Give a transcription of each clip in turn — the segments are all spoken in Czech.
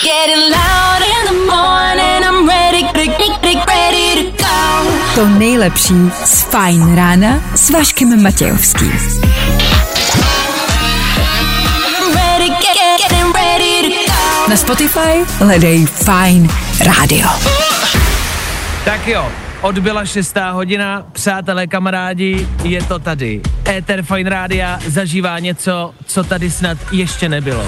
To nejlepší z Fajn rána s Vaškem Matějovským. Na Spotify hledej Fajn rádio. Tak jo, odbyla 6. hodina, přátelé, kamarádi, je to tady. Éter Fajn rádia zažívá něco, co tady snad ještě nebylo.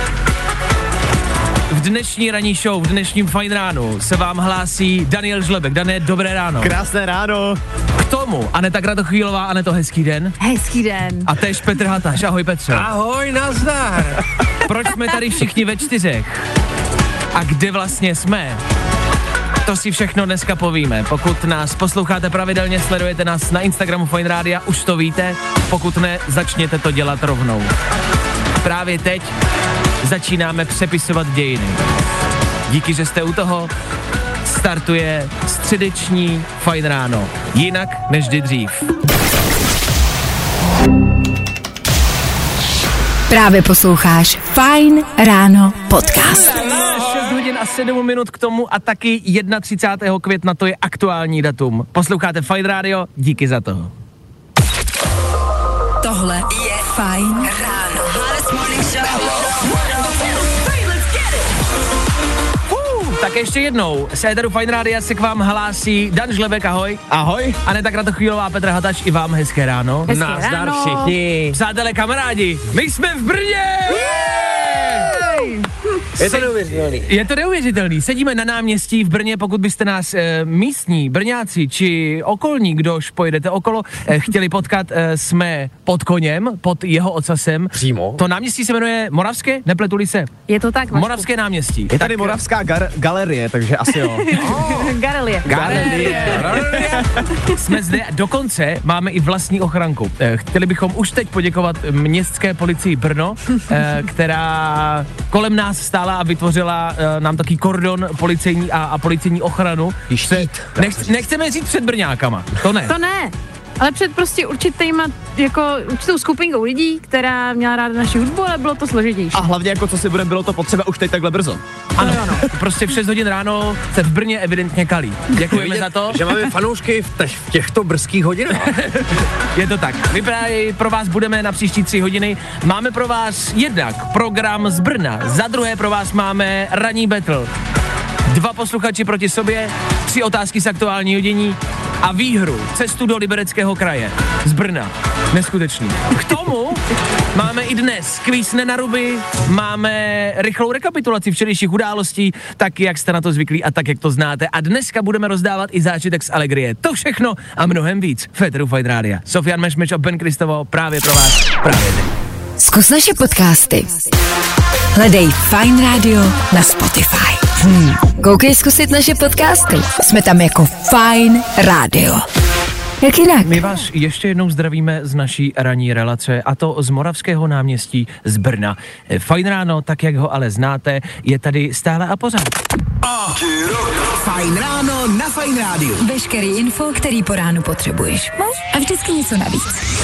V dnešní ranní show, v dnešním Fajn ránu se vám hlásí Daniel Žlebek. Dané, dobré ráno. Krásné ráno. K tomu Aneta Kratochvílová. Aneto, hezký den. Hezký den. A též Petr Hataš. Ahoj, Petře. Ahoj, nazdar. Proč jsme tady všichni ve 4? A kde vlastně jsme? To si všechno dneska povíme. Pokud nás posloucháte pravidelně, sledujete nás na Instagramu Fajn rádia, už to víte. Pokud ne, začněte to dělat rovnou. Právě teď začínáme přepisovat dějiny. Díky, že jste u toho, startuje středeční Fajn ráno. Jinak než kdy dřív. Právě posloucháš Fajn ráno podcast. 6 hodin a 7 minut k tomu a taky 31. května, to je aktuální datum. Posloucháte Fajn rádio, díky za to. Tohle je Fajn ráno. Tak ještě jednou, z éteru Fajn rádia se k vám hlásí Dan Žlebek, ahoj. Ahoj. Aneta Kratochvílová, Petr Hataš, i vám hezké ráno. Hezké Nazdar ráno. všichni. Přátelé, kamarádi, my jsme v Brně! Je to neuvěřitelný. Je to neuvěřitelný. Sedíme na náměstí v Brně, pokud byste nás místní Brňáci či okolní, kdož pojedete okolo, chtěli potkat, jsme pod koněm, pod jeho ocasem. Přímo. To náměstí se jmenuje Moravské, nepletuli se? Je to tak, Vašku? Moravské náměstí. Je tady Moravská galerie, takže asi jo. Garelie. Galerie. Jsme zde, dokonce máme i vlastní ochranku. Chtěli bychom už teď poděkovat městské policii Brno, která kolem nás stála a vytvořila nám taký kordon policejní a policejní ochranu. Štít. Nechceme říct před Brňákama, to ne. To ne, ale před prostě určitou skupinkou lidí, která měla ráda naši hudbu, ale bylo to složitější. A hlavně jako co si budeme, bylo to potřeba už teď takhle brzo. Ano, prostě v 6 hodin ráno se v Brně evidentně kalí. Děkujeme za to. Že máme fanoušky v těchto brzkých hodinách. Je to tak. My právě pro vás budeme na příští 3 hodiny. Máme pro vás jednak program z Brna, za druhé pro vás máme ranní battle. 2 posluchači proti sobě, 3 otázky z aktuálního dění a výhru, cestu do Libereckého kraje z Brna. Neskutečný. K tomu máme i dnes kvíz na ruby, máme rychlou rekapitulaci včerejších událostí, tak jak jste na to zvyklí a tak jak to znáte. A dneska budeme rozdávat i zážitek z Alegrie. To všechno a mnohem víc v éteru Fajn rádia. Sofian Mešmeš a Ben Kristovo právě pro vás, právě teď. Zkus naše podcasty. Hledej Fajn rádio na Spotify. Koukej zkusit naše podcasty. Jsme tam jako Fajn rádio. Jak jinak? My vás ještě jednou zdravíme z naší ranní relace, a to z Moravského náměstí z Brna. Fajn ráno, tak jak ho ale znáte, je tady stále a pořád. Fajn ráno na Fajn rádiu. Veškerý info, který po ránu potřebuješ. No? A vždycky něco navíc.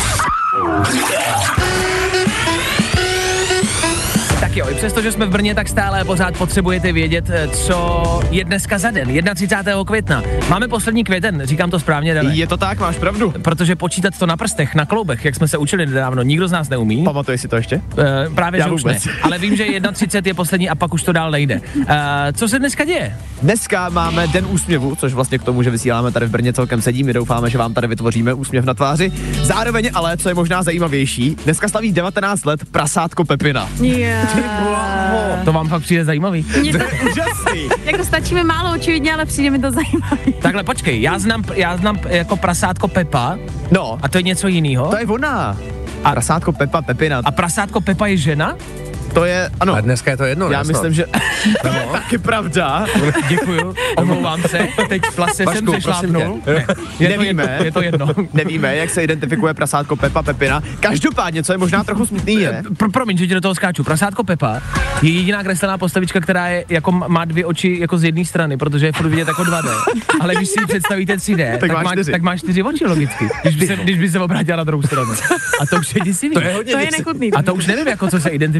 Tak jo, i přesto, že jsme v Brně, tak stále a pořád potřebujete vědět, co je dneska za den, 31. května. Máme poslední květen, říkám to správně, Dane? Je to tak, máš pravdu. Protože počítat to na prstech, na kloubech, jak jsme se učili nedávno, nikdo z nás neumí. Pamatuješ si to ještě? Právě, Já že už ne. vůbec. Ale vím, že 31 je poslední a pak už to dál nejde. Co se dneska děje? Dneska máme Den úsměvu, což vlastně k tomu, že vysíláme tady v Brně, celkem sedí. My doufáme, že vám tady vytvoříme úsměv na tváři. Zároveň ale, co je možná zajímavější, dneska slaví 19 let prasátko Pepina. To vám fakt přijde zajímavý. Úžasný. Jako stačí mi málo očividně, ale přijde mi to zajímavý. Takhle, počkej, já znám jako prasátko Pepa No, a to je něco jiného. to je ona. A prasátko Pepina. A prasátko Pepa je žena? To je, ano. A dneska je to jedno, Já ne, myslím, že taky pravda. Děkuju, omlouvám se, teď vlastně jsem Vašku, se šlápnul. prosím Nevíme. Je to jedno. Nevíme, jak se identifikuje prasátko Pepina. Každopádně, co je možná trochu smutný je, Promiň, že ti do toho skáču. Prasátko Pepa je jediná kreslená postavička, která je, jako má 2 oči jako z jedné strany, protože je furt vidět jako 2D. Ale když si ji představíte 3D, tak má 4 oči logicky, když by se obrátila na druhou stranu. A to už je děsivý. To je hodně To je děsivý. nechutný. A to už nevím, jako co se identifikuje.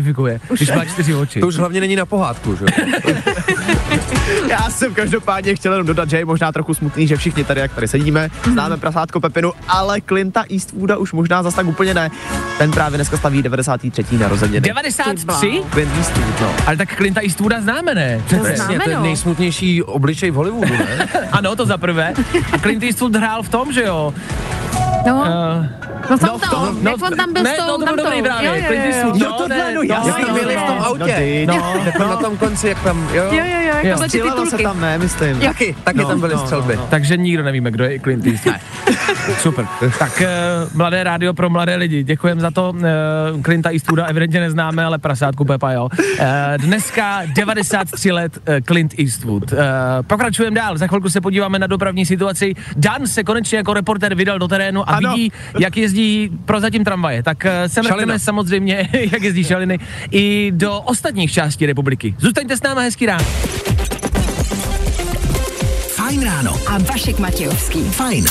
když má 4 oči. To už hlavně není na pohádku, že? Já jsem každopádně chtěl jenom dodat, že je možná trochu smutný, že všichni tady, jak tady sedíme, známe prasátko Pepinu, ale Clinta Eastwooda už možná zas tak úplně ne. Ten právě dneska slaví 93. narozeniny. 93? Clint Eastwood, no. Ale tak Clinta Eastwooda známe, ne? Přesně, to je nejsmutnější obličej v Hollywoodu, ne? Ano, to za prvé. A Clint Eastwood hrál v tom, že jo? No. No tam No, to, v tom, jak on tam byl ne, s tou, to byl tam dobrý to. právě, Jo, Clint Eastwood, Jo, tohle, no jasně, Jak tam byli v tom autě. No, Na tom konci, jak tam, jo. Jo, jak byly ty Střílelo se titulky. tam, ne, myslím. Taky tam byly střelby. takže nikdo nevíme, kdo je Clint Eastwood. Super. Tak mladé rádio pro mladé lidi, děkujem za to. Clinta Eastwooda evidentně neznáme, ale prasátku Pepa, jo. Dneska 93 let Clint Eastwood. Pokračujeme dál, za chvilku se podíváme na dopravní situaci. Dan se konečně jako reporter vydal do terénu a vidí, jak jezdí prozatím tramvaje. Tak sem vrhneme samozřejmě, jak jezdí šaliny, i do ostatních částí republiky. Zůstaňte s námi, hezký ráno. Fajn ráno. A Vašek Matějovský. Fajn.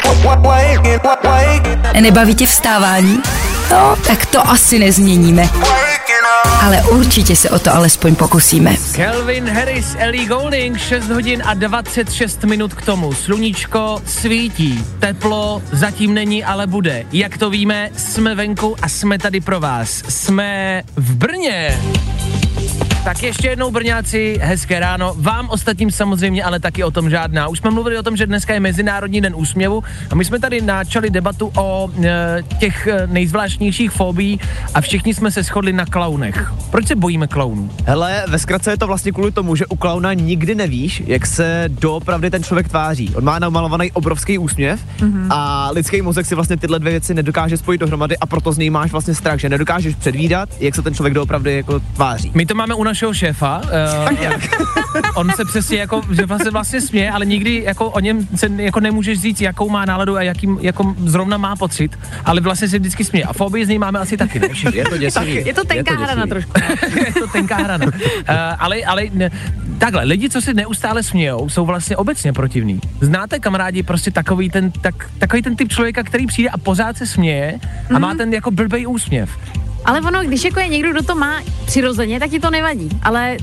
Nebaví tě vstávání? No, tak to asi nezměníme. Ale určitě se o to alespoň pokusíme. Calvin Harris, Ellie Goulding, 6 hodin a 26 minut k tomu. Sluníčko svítí, teplo zatím není, ale bude. Jak to víme, jsme venku a jsme tady pro vás. Jsme v Brně. Tak ještě jednou, Brňáci, hezké ráno. Vám ostatním samozřejmě, ale taky o tom žádná. Už jsme mluvili o tom, že dneska je Mezinárodní den úsměvu a my jsme tady načali debatu o těch nejzvláštnějších fobií a všichni jsme se shodli na klaunech. Proč se bojíme klaunů? Hele, ve zkratce je to vlastně kvůli tomu, že u klauna nikdy nevíš, jak se doopravdy ten člověk tváří. On má namalovaný obrovský úsměv a lidský mozek si vlastně tyhle dvě věci nedokáže spojit dohromady a proto z něj máš vlastně strach, že nedokážeš předvídat, jak se ten člověk doopravdy jako tváří. My to máme u našeho šéfa. On se přesně jako, že se vlastně směje, ale nikdy jako o něm se jako nemůžeš říct, jakou má náladu a jakým jako zrovna má pocit, ale vlastně se vždycky směje. A fobii z něj máme asi taky, ne? Je to děsivý. Je to tenká hrana trošku. Je to tenká hrana. Ale takhle, lidi, co si neustále smějou, jsou vlastně obecně protivní. Znáte, kamarádi, prostě takový ten typ člověka, který přijde a pořád se směje a má ten jako blbej úsměv. Ale ono, když jako je někdo, kdo to má přirozeně, tak ti to nevadí. Ale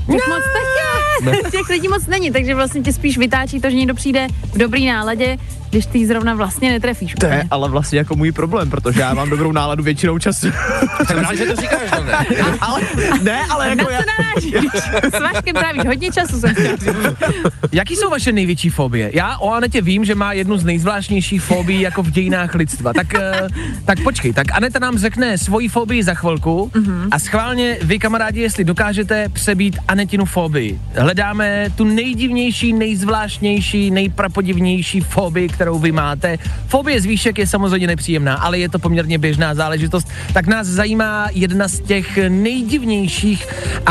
těch lidí moc není, takže vlastně tě spíš vytáčí to, že někdo přijde v dobrý náladě, když ty zrovna vlastně netrefíš. To je ale vlastně jako můj problém, protože já mám dobrou náladu většinou času. Jsem rád, že to říkáš, no ne? ale Na jako co narážíš? S Vaškem trávíš hodně času, jsem chtěla říct. Jaký jsou vaše největší fobie? Já o Anetě vím, že má jednu z nejzvláštnějších fobií jako v dějinách lidstva. Tak počkej, tak Aneta nám řekne svoji fobii za chvilku a schválně vy, kamarádi, jestli dokážete přebít Anetinu fobii. Hledáme tu nejdivnější, nejzvláštnější, nejprapodivnější fobii, kterou vy máte. Fobie z výšek je samozřejmě nepříjemná, ale je to poměrně běžná záležitost. Tak nás zajímá jedna z těch nejdivnějších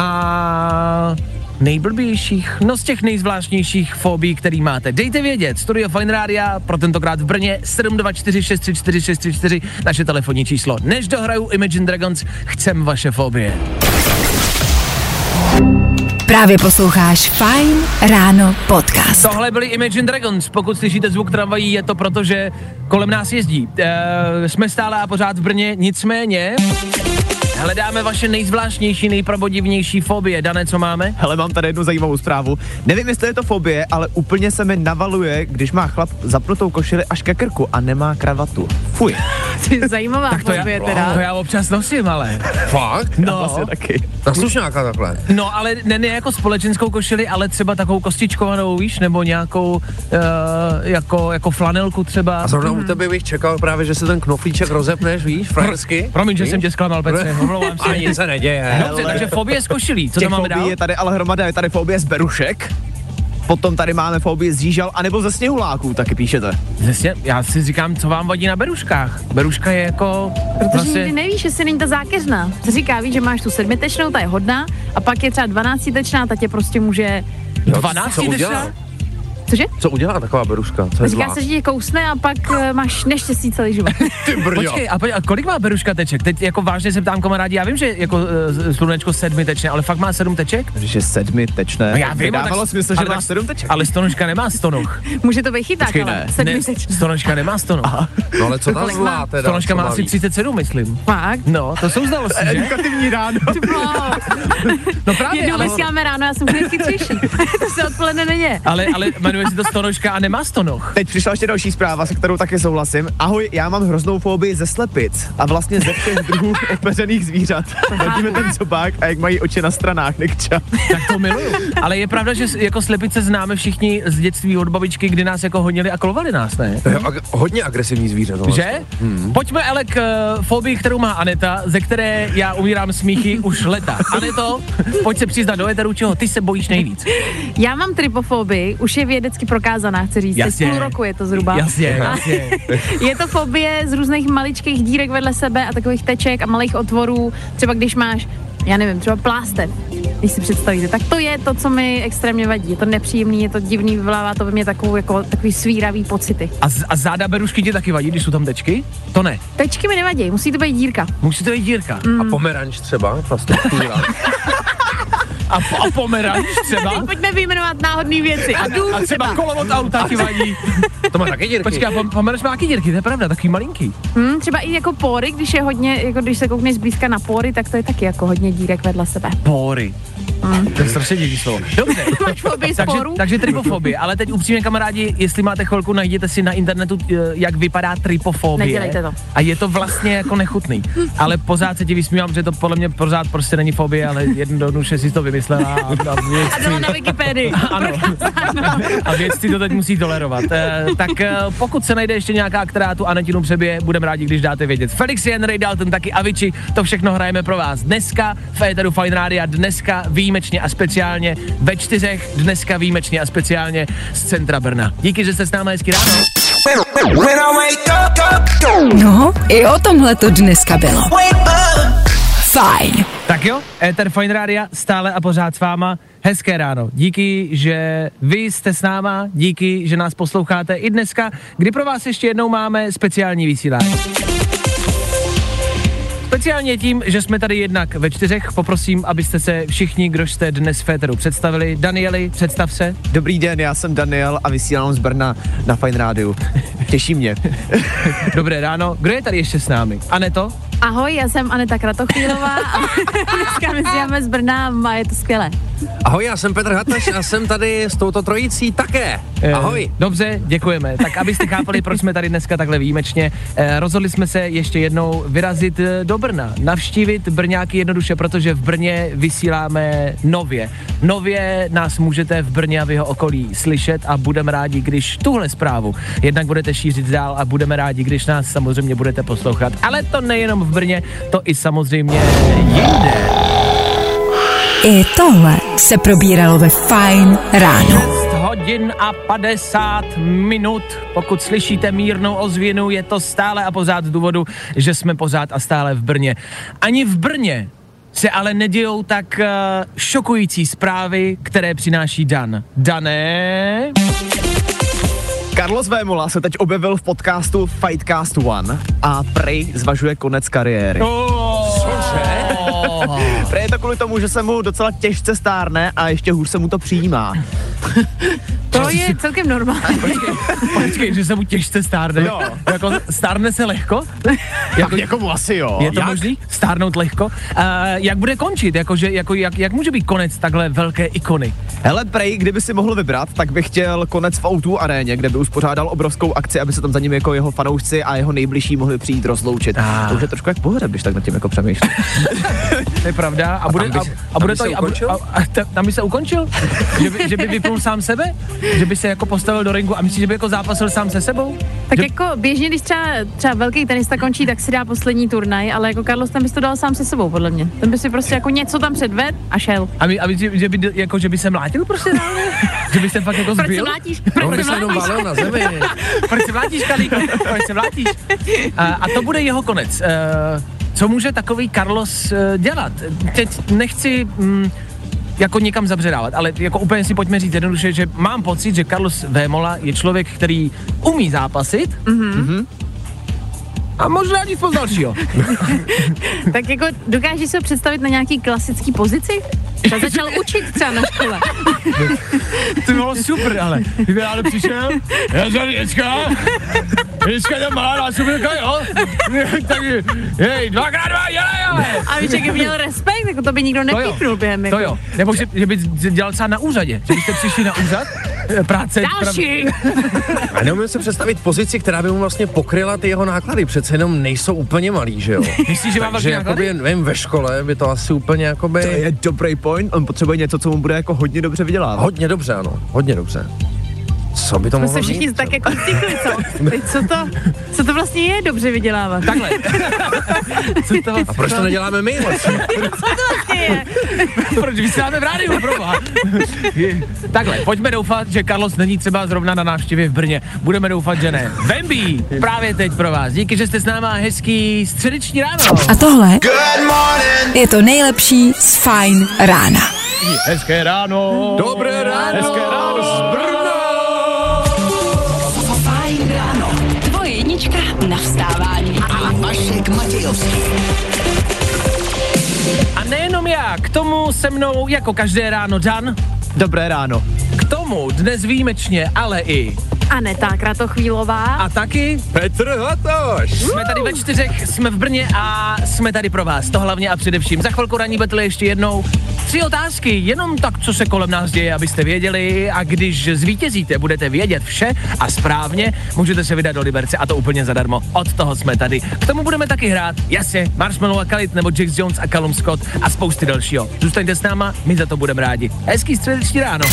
a nejblbějších, no z těch nejzvláštnějších fobií, který máte. Dejte vědět, Studio Fajn Rádia, pro tentokrát v Brně, 724634634, naše telefonní číslo. Než dohraju Imagine Dragons, chcem vaše fobie. Právě posloucháš Fajn ráno podcast. Tohle byli Imagine Dragons. Pokud slyšíte zvuk tramvají, je to proto, že kolem nás jezdí. Jsme stále a pořád v Brně, nicméně hledáme vaše nejzvláštnější, nejprapodivnější fobie. Dané, co máme? Hele, mám tady jednu zajímavou zprávu. Nevím, jestli je to fobie, ale úplně se mi navaluje, když má chlap zapnutou košili až ke krku a nemá kravatu. Fuj. Zajímavá fobie teda. To já občas nosím, ale. Fakt? No. Vlastně taky. Na slušňáka takhle. No, ale ne jako společenskou košili, ale třeba takovou kostičkovanou, víš, nebo nějakou jako flanelku třeba. A zrovna u tebe bych čekal právě, že se ten knoflíček rozepneš, víš, frajersky. Promiň, že jsem tě zklamal, Petře, omlouvám se. A nic se neděje. Dobře, takže fobie z košilí, co Těch tam máme dál? fobií je tady ale hromada, je tady fobie z berušek. Potom tady máme fobii z žížal, anebo ze sněhuláků, taky píšete. Já si říkám, co vám vadí na beruškách. Beruška je jako... Protože nikdy nevíš, jestli není ta zákeřná. Se říká, víš, že máš tu 7tečnou, ta je hodná, a pak je třeba 12tečná, ta tě prostě může... 12 co udělal? Cože? Co udělá taková beruška? Co je Říká zlá? se, že tě kousne a pak máš neštěstí celý život. Ty brďo. Počkej, a kolik má beruška teček? Teď jako vážně se ptám kamarádi, já vím, že jako slunečko 7 tečne, ale fakt má 7 teček? Když je 7 tečné, No já vím, dávalo smysl, že má 7 teček. Ale stonožka nemá stonoh. Může to být chyták, Počkej, ale ne. 7 teček. Stonožka nemá stonoh. No ale co ta Kolik zlá má? teda? Stonožka co má má asi víc? 37, myslím. Fakt? No, to jsou znalosti, že? Edukativní ráno. No právě, Jednou ale, vysíláme ráno, já jsem úplně chytřejší. To se odpoledne neděje. ale jmenuje si to stonožka a nemá stonoh. Teď přišla ještě další zpráva, se kterou taky souhlasím. Ahoj, já mám hroznou fobii ze slepic a vlastně ze všech druhů opeřených zvířat. Vidíme ten zobák a jak mají oči na stranách, nekča. Tak to miluju. Ale je pravda, že jako slepice známe všichni z dětství od babičky, kdy nás jako honili a kolovali nás, ne? To je hodně agresivní zvíře. tohle. Že? Pojďme ale k fobii, kterou má Aneta, ze které já umírám smíchy už leta. Aneto, pojď se přiznat do éteru, čeho ty se bojíš nejvíc. Já mám trypofobii, už je vědecky prokázaná, chci říct. Jasně. Půl roku je to zhruba. Jasně. Je to fobie z různých maličkých dírek vedle sebe a takových teček a malých otvorů. Třeba když máš, já nevím, třeba plástev, když si představíte. Tak to je to, co mi extrémně vadí. Je to nepříjemný, je to divný, vyvolává to ve mně takový svíravý pocity. A záda berušky ti taky vadí, když jsou tam tečky? To ne. Tečky mi nevadí, musí to být dírka. Musí to být dírka. A pomeranč třeba, vlastně kůra. A pomeranč třeba? Teď pojďme vyjmenovat náhodné věci. A dům A třeba kolo od auta ti vadí. To má taky dírky. Počkej, a pomeranč má taky dírky, to je pravda, takový malinký. třeba i jako pory, když je hodně, jako když se koukneš zblízka na pory, tak to je taky jako hodně dírek vedle sebe. Pory. To je strašně divný slovo. Dobře. Máš fobii z porů? Takže tripofobie. Ale teď upřímně kamarádi, jestli máte chvilku, najděte si na internetu, jak vypadá tripofobie. Nedělejte to. A je to vlastně jako nechutný. Ale pořád se ti vysmívám, že to podle mě pořád prostě není fobie, ale jednoduše si to vymyslela a A bylo na Wikipedii. ano. A vědci to teď musí tolerovat. Tak pokud se najde ještě nějaká, která tu Anetinu přebije, budeme rádi, když dáte vědět. Felix Jen, Ray Dalton, taky Avicii, to všechno hrajeme pro vás. Dneska v éteru Fajn Rádia, dneska výjimečně a speciálně ve 4, dneska výjimečně a speciálně z centra Brna. Díky, že jste s námi hezky ráno. No, i o tomhle to dneska bylo. Fajn. Tak jo, éter Fajn Rádia stále a pořád s váma. Hezké ráno. Díky, že vy jste s náma, díky, že nás posloucháte i dneska, kdy pro vás ještě jednou máme speciální vysílání. Speciálně tím, že jsme tady jednak ve 4, poprosím, abyste se všichni, kdo jste dnes v éteru představili. Danieli, představ se. Dobrý den, já jsem Daniel a vysílám z Brna na Fajn Rádiu. Těší mě. Dobré ráno. Kdo je tady ještě s námi? Aneto? Ahoj, já jsem Aneta Kratochvílová a dneska vysíláme z Brna a je to skvělé. Ahoj, já jsem Petr Hataš a jsem tady s touto trojicí také. Ahoj. Dobře, děkujeme. Tak abyste chápali, proč jsme tady dneska takhle výjimečně, rozhodli jsme se ještě jednou vyrazit do Brna, navštívit Brňáky jednoduše, protože v Brně vysíláme nově. Nově nás můžete v Brně a v jeho okolí slyšet a budeme rádi, když tuhle zprávu jednak budete šířit dál a budeme rádi, když nás samozřejmě budete poslouchat. Ale to nejenom v Brně, to i samozřejmě jinde. I tohle se probíralo ve Fajn ráno. 6 hodin a 50 minut. Pokud slyšíte mírnou ozvěnu, je to stále a pořád z důvodu, že jsme pořád a stále v Brně. Ani v Brně se ale nedějou tak šokující zprávy, které přináší Dan. Dané? Carlos Vémola se teď objevil v podcastu Fightcast One a prej zvažuje konec kariéry. Prej je to kvůli tomu, že se mu docela těžce stárne a ještě hůř se mu to přijímá. To je celkem normální. Počkej, že se mu těžce stárne. Jo. Jako stárne se lehko? Jako mu asi jo. Je to možný? Stárnout lehko? Jak bude končit? Jak může být konec takhle velké ikony? Hele, prej, kdyby si mohl vybrat, tak bych chtěl konec v O2 aréně, kde by uspořádal obrovskou akci, aby se tam za ním jako jeho fanoušci a jeho nejbližší mohli přijít rozloučit. To už je trošku jak pohřeb, když tak nad tím jako přemýšlím. To je pravda. Tam by se ukončil? Že by vypnul sám sebe? Že by se jako postavil do ringu a myslíš, že by jako zápasil sám se sebou? Tak jako běžně, když třeba velký tenista končí, tak si dá poslední turnaj, ale jako Carlos ten bys to dal sám se sebou, podle mě. Ten by si prostě jako něco tam předvedl a šel. Že by se mlátil prostě dále? Že by se fakt jako Proč se zbil? mlátíš? On by se jenom válel na zemi. Proč se mlátíš, Kalíko? Proč se mlátíš? A to bude jeho konec. Co může takový Carlos dělat? Teď nechci... jako někam zabředávat, ale jako úplně si pojďme říct jednoduše, že mám pocit, že Carlos Vémola je člověk, který umí zápasit, a možná nic moc dalšího. Tak jako dokážeš se ho představit na nějaký klasický pozici? To začal učit třeba na škole. To bylo super, ale kdyby ale přišel, já jsem Ježka tam má násobníka, jo? Tak hej, 2x2, dělej! A víš, jak by měl respekt, jako to by nikdo nepípnul během. To jo, nebo že by dělal třeba na úřadě, že byste přišli na úřad, práce. Další! A neumím si představit pozici, která by mu vlastně pokryla ty jeho náklady, přece jenom nejsou úplně malý, že jo? Myslíš, že má velký náklady? Jakoby, nevím, ve škole by to asi úplně jakoby... To je dobrý point, on potřebuje něco, co mu bude jako hodně dobře vydělávat. Hodně dobře, ano, hodně dobře. Co by to mohlo být? Jsme se všichni tak jako stikli, co? Teď co to vlastně je dobře vydělávat? Takhle. A proč to neděláme my? Co to vlastně je? Proč vysíláme v rádiu, proboha? Takhle, pojďme doufat, že Carlos není třeba zrovna na návštěvě v Brně. Budeme doufat, že ne. Wemby, právě teď pro vás. Díky, že jste s náma, hezký středeční ráno. A tohle je to nejlepší z Fajn rána. Hezké ráno. Dobré ráno. Hezké ráno z Brna. Fajn ráno. Tvoje jednička na vstávání. A Vašek Matějovský. A nejenom já, k tomu se mnou jako každé ráno Dan. Dobré ráno. K tomu dnes výjimečně, ale i Aneta Kratochvílová. a taky Petr Hatoš. jsme tady ve 4, jsme v Brně a jsme tady pro vás. To hlavně a především. Za chvilku ranní battle ještě jednou. 3 otázky, jenom tak, co se kolem nás děje, abyste věděli, a když zvítězíte, budete vědět vše a správně, můžete se vydat do Liberce a to úplně zadarmo. Od toho jsme tady. K tomu budeme taky hrát, jasně, Marshmallow a Khalid nebo Jax Jones a Callum Scott a spousty dalšího. Zůstaňte s náma, my za to budeme rádi. Hezký středeční ráno.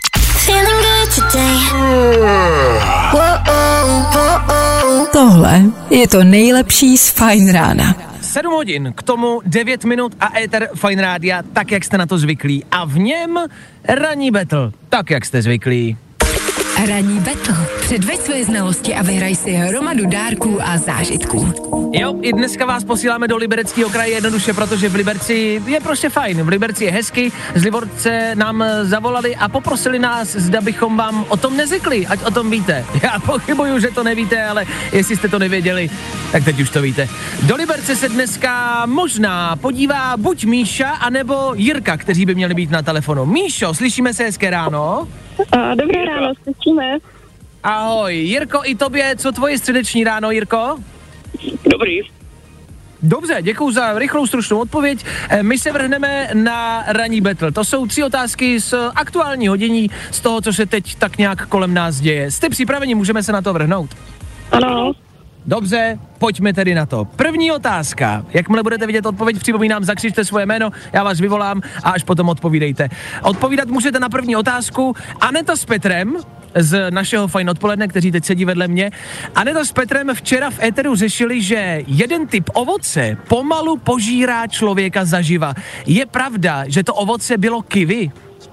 Tohle je to nejlepší z Fajn rána. 7 hodin, k tomu 9 minut a éter Fajn rádia, tak jak jste na to zvyklí. A v něm ranní battle, tak jak jste zvyklí. Ranní battle. Předveď své znalosti a vyhraj si hromadu dárků a zážitků. Jo, i dneska vás posíláme do Libereckého kraje jednoduše, protože v Liberci je prostě fajn. V Liberci je hezky, z Liborce nám zavolali a poprosili nás, zda bychom vám o tom neřekli, ať o tom víte. Já pochybuju, že to nevíte, ale jestli jste to nevěděli, tak teď už to víte. Do Liberce se dneska možná podívá buď Míša, anebo Jirka, kteří by měli být na telefonu. Míšo, slyšíme se, hezké ráno. Dobré ráno, slyšíme. Ahoj, Jirko, i tobě, co tvoje středeční ráno, Jirko? Dobrý. Dobře, děkuju za rychlou stručnou odpověď. My se vrhneme na ranní battle. To jsou 3 otázky z aktuální hodění, z toho, co se teď tak nějak kolem nás děje. Jste připraveni, můžeme se na to vrhnout? Ano. Dobře, pojďme tedy na to. První otázka. Jakmile budete vidět odpověď, připomínám, zakřičte svoje jméno, já vás vyvolám a až potom odpovídejte. Odpovídat můžete na první otázku. Aneta s Petrem z našeho Fajn odpoledne, kteří teď sedí vedle mě. Aneta s Petrem včera v éteru řešili, že jeden typ ovoce pomalu požírá člověka zaživa. Je pravda, že to ovoce bylo kiwi?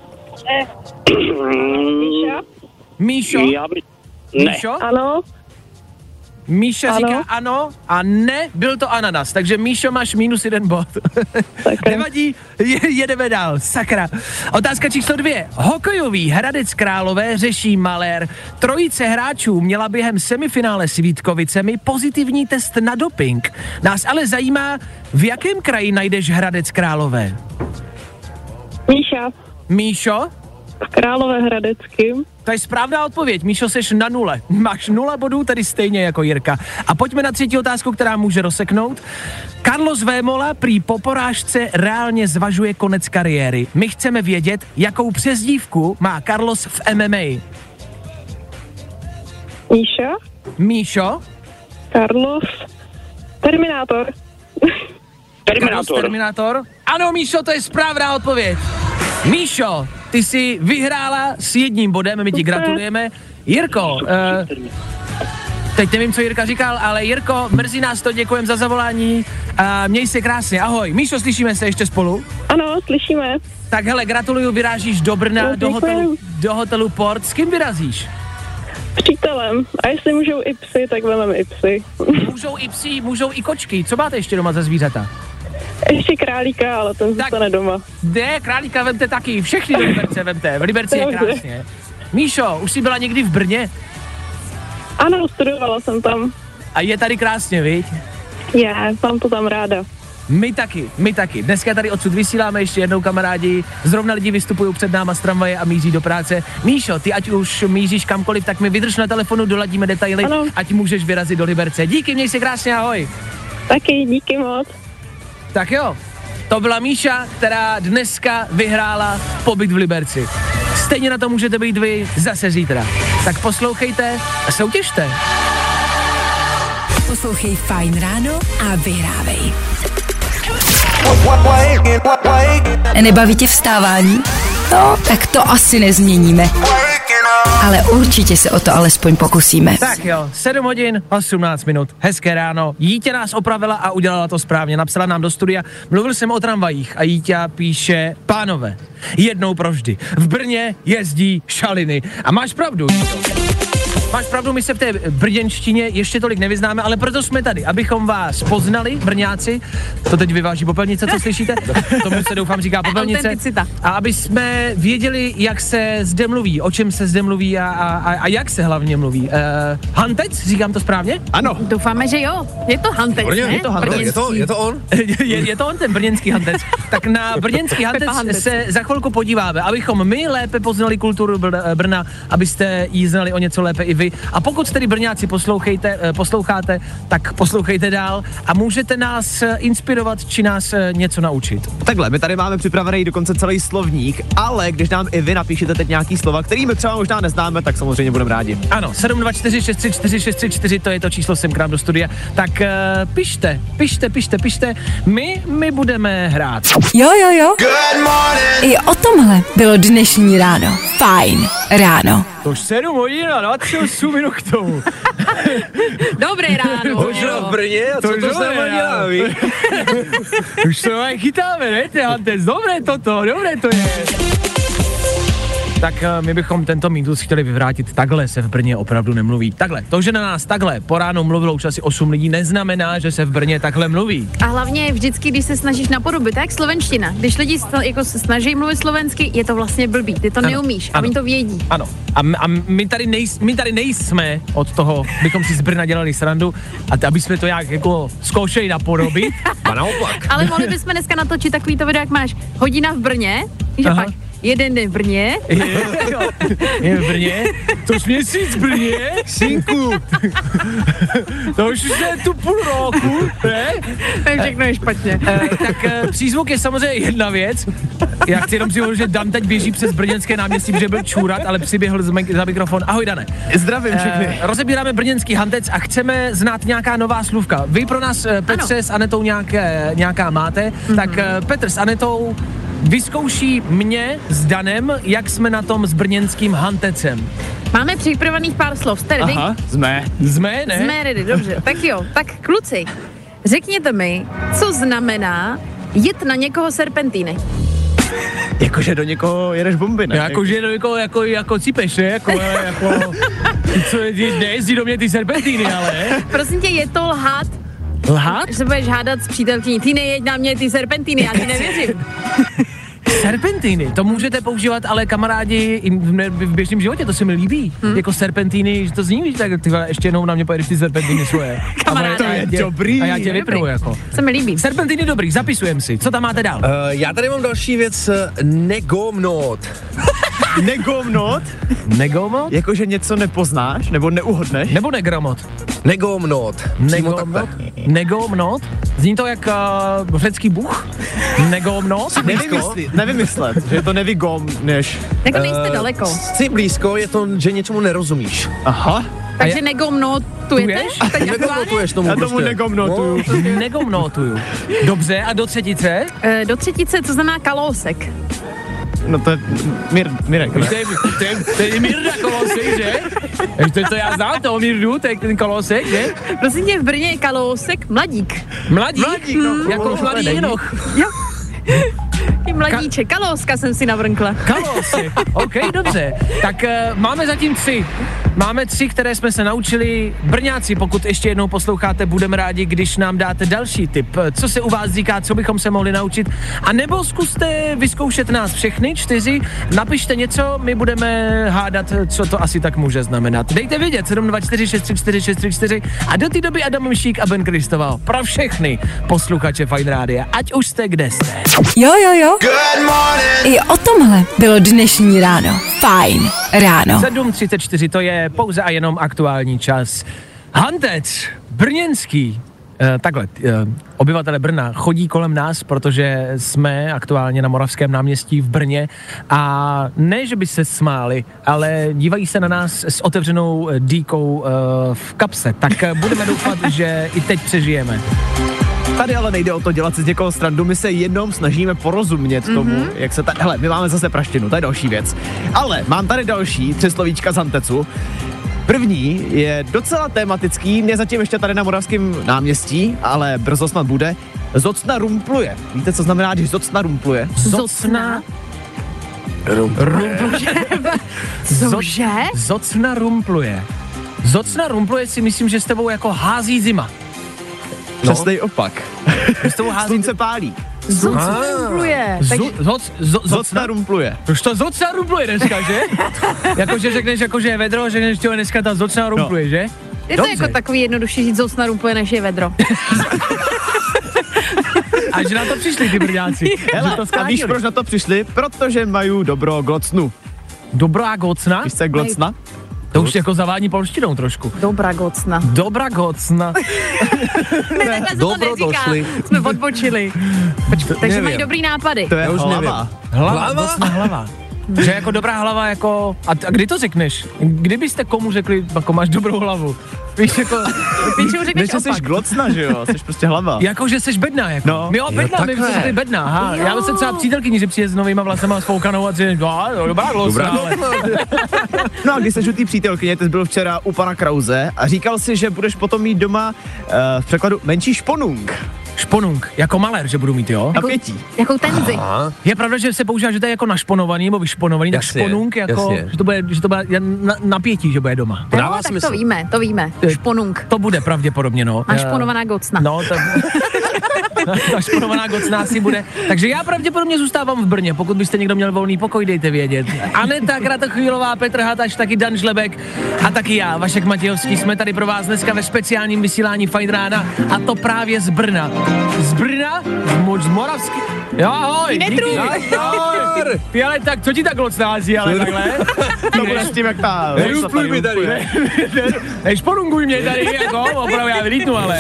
Míšo? Míšo? Ano. Míša říká ano a ne, byl to ananas, takže Míšo, máš -1 bod. Nevadí, jedeme dál, sakra. Otázka číslo 2. Hokejový Hradec Králové řeší malér. Trojice hráčů měla během semifinále s Vítkovicemi pozitivní test na doping. Nás ale zajímá, v jakém kraji najdeš Hradec Králové? Míša. Míšo? Královéhradeckým. To je správná odpověď. Míšo, seš na 0. Máš 0 bodů, tedy stejně jako Jirka. A pojďme na 3. otázku, která může rozseknout. Carlos Vémola prý po porážce reálně zvažuje konec kariéry. My chceme vědět, jakou přezdívku má Carlos v MMA. Míša. Míšo? Carlos. Terminátor. Carlos Terminátor? Ano, Míšo, to je správná odpověď. Míšo, ty jsi vyhrála s 1 bodem, my ti gratulujeme. Jirko, teď nevím, co Jirka říkal, ale Jirko, mrzí nás to, děkujem za zavolání. Měj se krásně, ahoj. Míšo, slyšíme se ještě spolu? Ano, slyšíme. Tak hele, gratuluju, vyrážíš do Brna, do hotelu Port. S kým vyrazíš? Přítelem. A jestli můžou i psy, tak vezmeme i psy. Můžou i psi, můžou i kočky. Co máte ještě doma za zvířata? Ještě králíka, ale ten zůstane doma. Ne, králíka vemte taky, všechny do Liberce vemte, v Liberci je krásně. Míšo, už jsi byla někdy v Brně? Ano, studovala jsem tam. A je tady krásně, viď? Mám to tam ráda. My taky. Dneska tady odsud vysíláme ještě jednou, kamarádi. Zrovna lidi vystupují před náma z tramvaje a míří do práce. Míšo, ty ať už míříš kamkoliv, tak mi vydrž na telefonu, doladíme detaily, ano. Ať můžeš vyrazit do Liberce. Díky, měj se krásně, ahoj. Taky, díky moc. Tak jo, to byla Míša, která dneska vyhrála pobyt v Liberci. Stejně na to můžete být vy zase zítra. Tak poslouchejte a soutěžte. Poslouchej Fajn ráno a vyhrávej. Nebaví tě vstávání? No, tak to asi nezměníme. Ale určitě se o to alespoň pokusíme. Tak jo, 7 hodin, 18 minut, hezké ráno. Jítě nás opravila a udělala to správně. Napsala nám do studia, mluvil jsem o tramvajích a Jítě píše, pánové, jednou provždy, v Brně jezdí šaliny. A máš pravdu. Máš pravdu, my se v té brněnštině ještě tolik nevyznáme, ale proto jsme tady, abychom vás poznali, Brňáci. To teď vyváží popelnice, co slyšíte? Tomu se doufám říká popelnice. A aby jsme věděli, jak se zde mluví, o čem se zde mluví a jak se hlavně mluví. Hantec, říkám to správně? Ano. Doufáme, že jo. Je to Hantec, ne? Je to Hantec. Je to on? je to on, ten brněnský Hantec. Tak na brněnský Hantec se za chvilku podíváme, abychom my lépe poznali kulturu Brna, abyste ji znali o něco lépe i vy. A pokud tedy Brňáci posloucháte, tak poslouchejte dál a můžete nás inspirovat či nás něco naučit. Takhle, my tady máme připravený dokonce celý slovník, ale když nám i vy napíšete teď nějaký slova, který my třeba možná neznáme, tak samozřejmě budeme rádi. Ano, 724 634 634, to je to číslo sem k nám do studia. Tak pište. My budeme hrát. Jo. I o tomhle bylo dnešní ráno. Fajn ráno. To už 7 hodin a 28 minut k tomu. Dobré ráno. Už v Brně a co to znamená, víš? Už se vám chytáme, ne, ty Hantec, dobré to je. Tak my bychom tento mýtus chtěli vyvrátit, takhle se v Brně opravdu nemluví. Takhle, to, že na nás takhle po ránu mluvilo už asi 8 lidí, neznamená, že se v Brně takhle mluví. A hlavně vždycky, když se snažíš napodobit, tak slovenština. Když lidi jako se snaží mluvit slovensky, je to vlastně blbý, ty to neumíš a oni to vědí. Ano, a my tady nejsme od toho, bychom si z Brna dělali srandu a aby jsme to jak jako zkoušeli napodobit. A naopak. Ale mohli bychom dneska natočit takový to video, jak máš hodina v Brně, že pak jeden den v Brně. Je v Brně? To jsi měsíc v Brně? Synku. To už je tu půl roku, ne? To všechno je špatně. Tak přízvuk je samozřejmě jedna věc. Já chci jenom připomenout, že Dan teď běží přes brněnské náměstí, protože byl čůrat, ale přiběhl za mikrofon. Ahoj, Dane. Zdravím všechny. Rozebíráme brněnský Hantec a chceme znát nějaká nová slůvka. Vy pro nás, Petře, s Anetou nějaká máte, tak Petr s Anetou vyzkouší mě s Danem, jak jsme na tom s brněnským Hantecem. Máme připravených pár slov, jste ready? Aha, jsme, ne? Jsme ready, dobře. Tak jo, tak kluci, řekněte mi, co znamená jet na někoho serpentíny. Jakože do někoho jedeš bomby, ne? Jakože do někoho jako cípeš, ne? Jako co, nejezdí do mě ty serpentíny, ale... Prosím tě, je to lhát? Lhát? Že se budeš hádat s přítelkyní, ty nejeď na mě ty serpentíny, já ti nevěřím. Serpentíny, to můžete používat, ale kamarádi i v běžném životě, to se mi líbí. Jako serpentíny, že to zní, tak ty ještě jednou na mě pojedeš ty serpentíny svoje. Kamaráde, to je dobrý. A já tě vypnu jako. Se mi líbí. Serpentíny dobrý, zapisujem si. Co tam máte dál? Já tady mám další věc, negomnot. Negomnot? Negomot? Jakože něco nepoznáš, nebo neuhodneš? Nebo negromot? Negomnot. Negomnot? Zní to jak řecký bůh? Negomnot? Nevymyslet, že to nevygomneš. Jako nejste daleko. Jsi blízko, je to, že něčemu nerozumíš. Aha. Takže negomnotuješ? Negomnotuješ tomu Já tomu prostě. negomnotuju. Negomnotuju. Dobře, a do třetice? Do třetice, co znamená kalósek. No to je Mirek, ne? To je Mirda Kolosek, že? To já znám toho Mirdu, to je ten Kolosek, že? Prosím tě, v Brně je kalósek mladík. Mladík, no, jako mladý Jinoch. Jo. Ty mladíček, Kalóska jsem si navrnkla. Kalosy, OK, dobře. Tak máme zatím 3. Máme 3, které jsme se naučili. Brňáci, pokud ještě jednou posloucháte, budeme rádi, když nám dáte další tip. Co se u vás říká, co bychom se mohli naučit? A nebo zkuste vyzkoušet nás všechny 4. Napište něco, my budeme hádat, co to asi tak může znamenat. Dejte vědět, 724 634 634 a do té doby Adam Mšík a Ben Kristoval. Pro všechny posluchače Fajn Rádia, ať už jste kde jste. Jo. I o tomhle bylo dnešní ráno. Fajn ráno. 7:34, to je pouze a jenom aktuální čas. Hantec, brněnský, obyvatelé Brna chodí kolem nás, protože jsme aktuálně na Moravském náměstí v Brně a ne, že by se smáli, ale dívají se na nás s otevřenou dýkou v kapse, tak budeme doufat, že i teď přežijeme. Tady ale nejde o to dělat si z někoho srandu, my se jenom snažíme porozumět tomu, jak se tady... Hele, my máme zase praštinu, to je další věc. Ale mám tady další 3 slovíčka z Hantecu. První je docela tematický, mě zatím ještě tady na Moravském náměstí, ale brzo snad bude. Zocna rumpluje. Víte, co znamená, když zocna rumpluje? Zocna Cože? Zocna rumpluje. Zocna rumpluje si myslím, že s tebou jako hází zima. Přesnej opak. S tebou hází... Slunce pálí. Zocna rumpluje. Zocna rumpluje. Už to zocna rumpluje dneska, že? Jakože řekneš, jakože je vedro, řekneš, že dneska ta zocna rumpluje, že? Je to jako takový jednodušší říct zocna rumpluje, než je vedro. A že na to přišli ty brňáci. Hele, a víš, proč na to přišli? Protože mají dobro glocnu. Dobrá gocna? Víš, co je glocna? To už jako zavádí polštinou trošku. Dobrá gocna. Dobrá gocna. Ne, takhle se to neříká. Jsme odbočili. Takže mají dobrý nápady. To je hlava. Hlava. Že jako dobrá hlava, jako... A kdy to řekneš? Kdybyste komu řekli, jako máš dobrou hlavu? Víš, jako... Většinou řekneš Než jsi glocna, že jo? Jsi prostě hlava. Jako, že jsi bedna, jako. No. Jo, bedna, my jsme řekli bedna, aha. Já bych se třeba přítelkyni, že přijde s novýma vlasama spoukanou a říct, dobrá glocna, ale... No a když jsi u té přítelkyně, ty jsi byl včera u pana Krause a říkal si, že budeš potom mít doma v překladu menší šponung. Šponung, jako malér, že budu mít, jo? Napětí. Jakou tenzi. Aha. Je pravda, že se používá, že to je jako našponovaný nebo vyšponovaný, tak šponung, jako, že to bude napětí, že bude doma. No, tak smysl. To víme. Šponung. To bude pravděpodobně, no. A šponovaná gocna. No, ta šponovaná gocna asi bude. Takže já pravděpodobně zůstávám v Brně, pokud byste někdo měl volný pokoj, dejte vědět. Aneta Kratochvílová, Petr Hataš, taky Dan Žlebek a taky já, Vašek Matějovský, jsme tady pro vás dneska ve speciálním vysílání Fajn rána a to právě z Brna. Z Brna? Z Moravský? Jo, ahoj, díky. Ty ale tak, co ti tak locnází, ale takhle? To bude s tím, jak ta... Nerupluj mi tady. Nešporunguj mě tady, jako, opravdu já vylítnu, ale...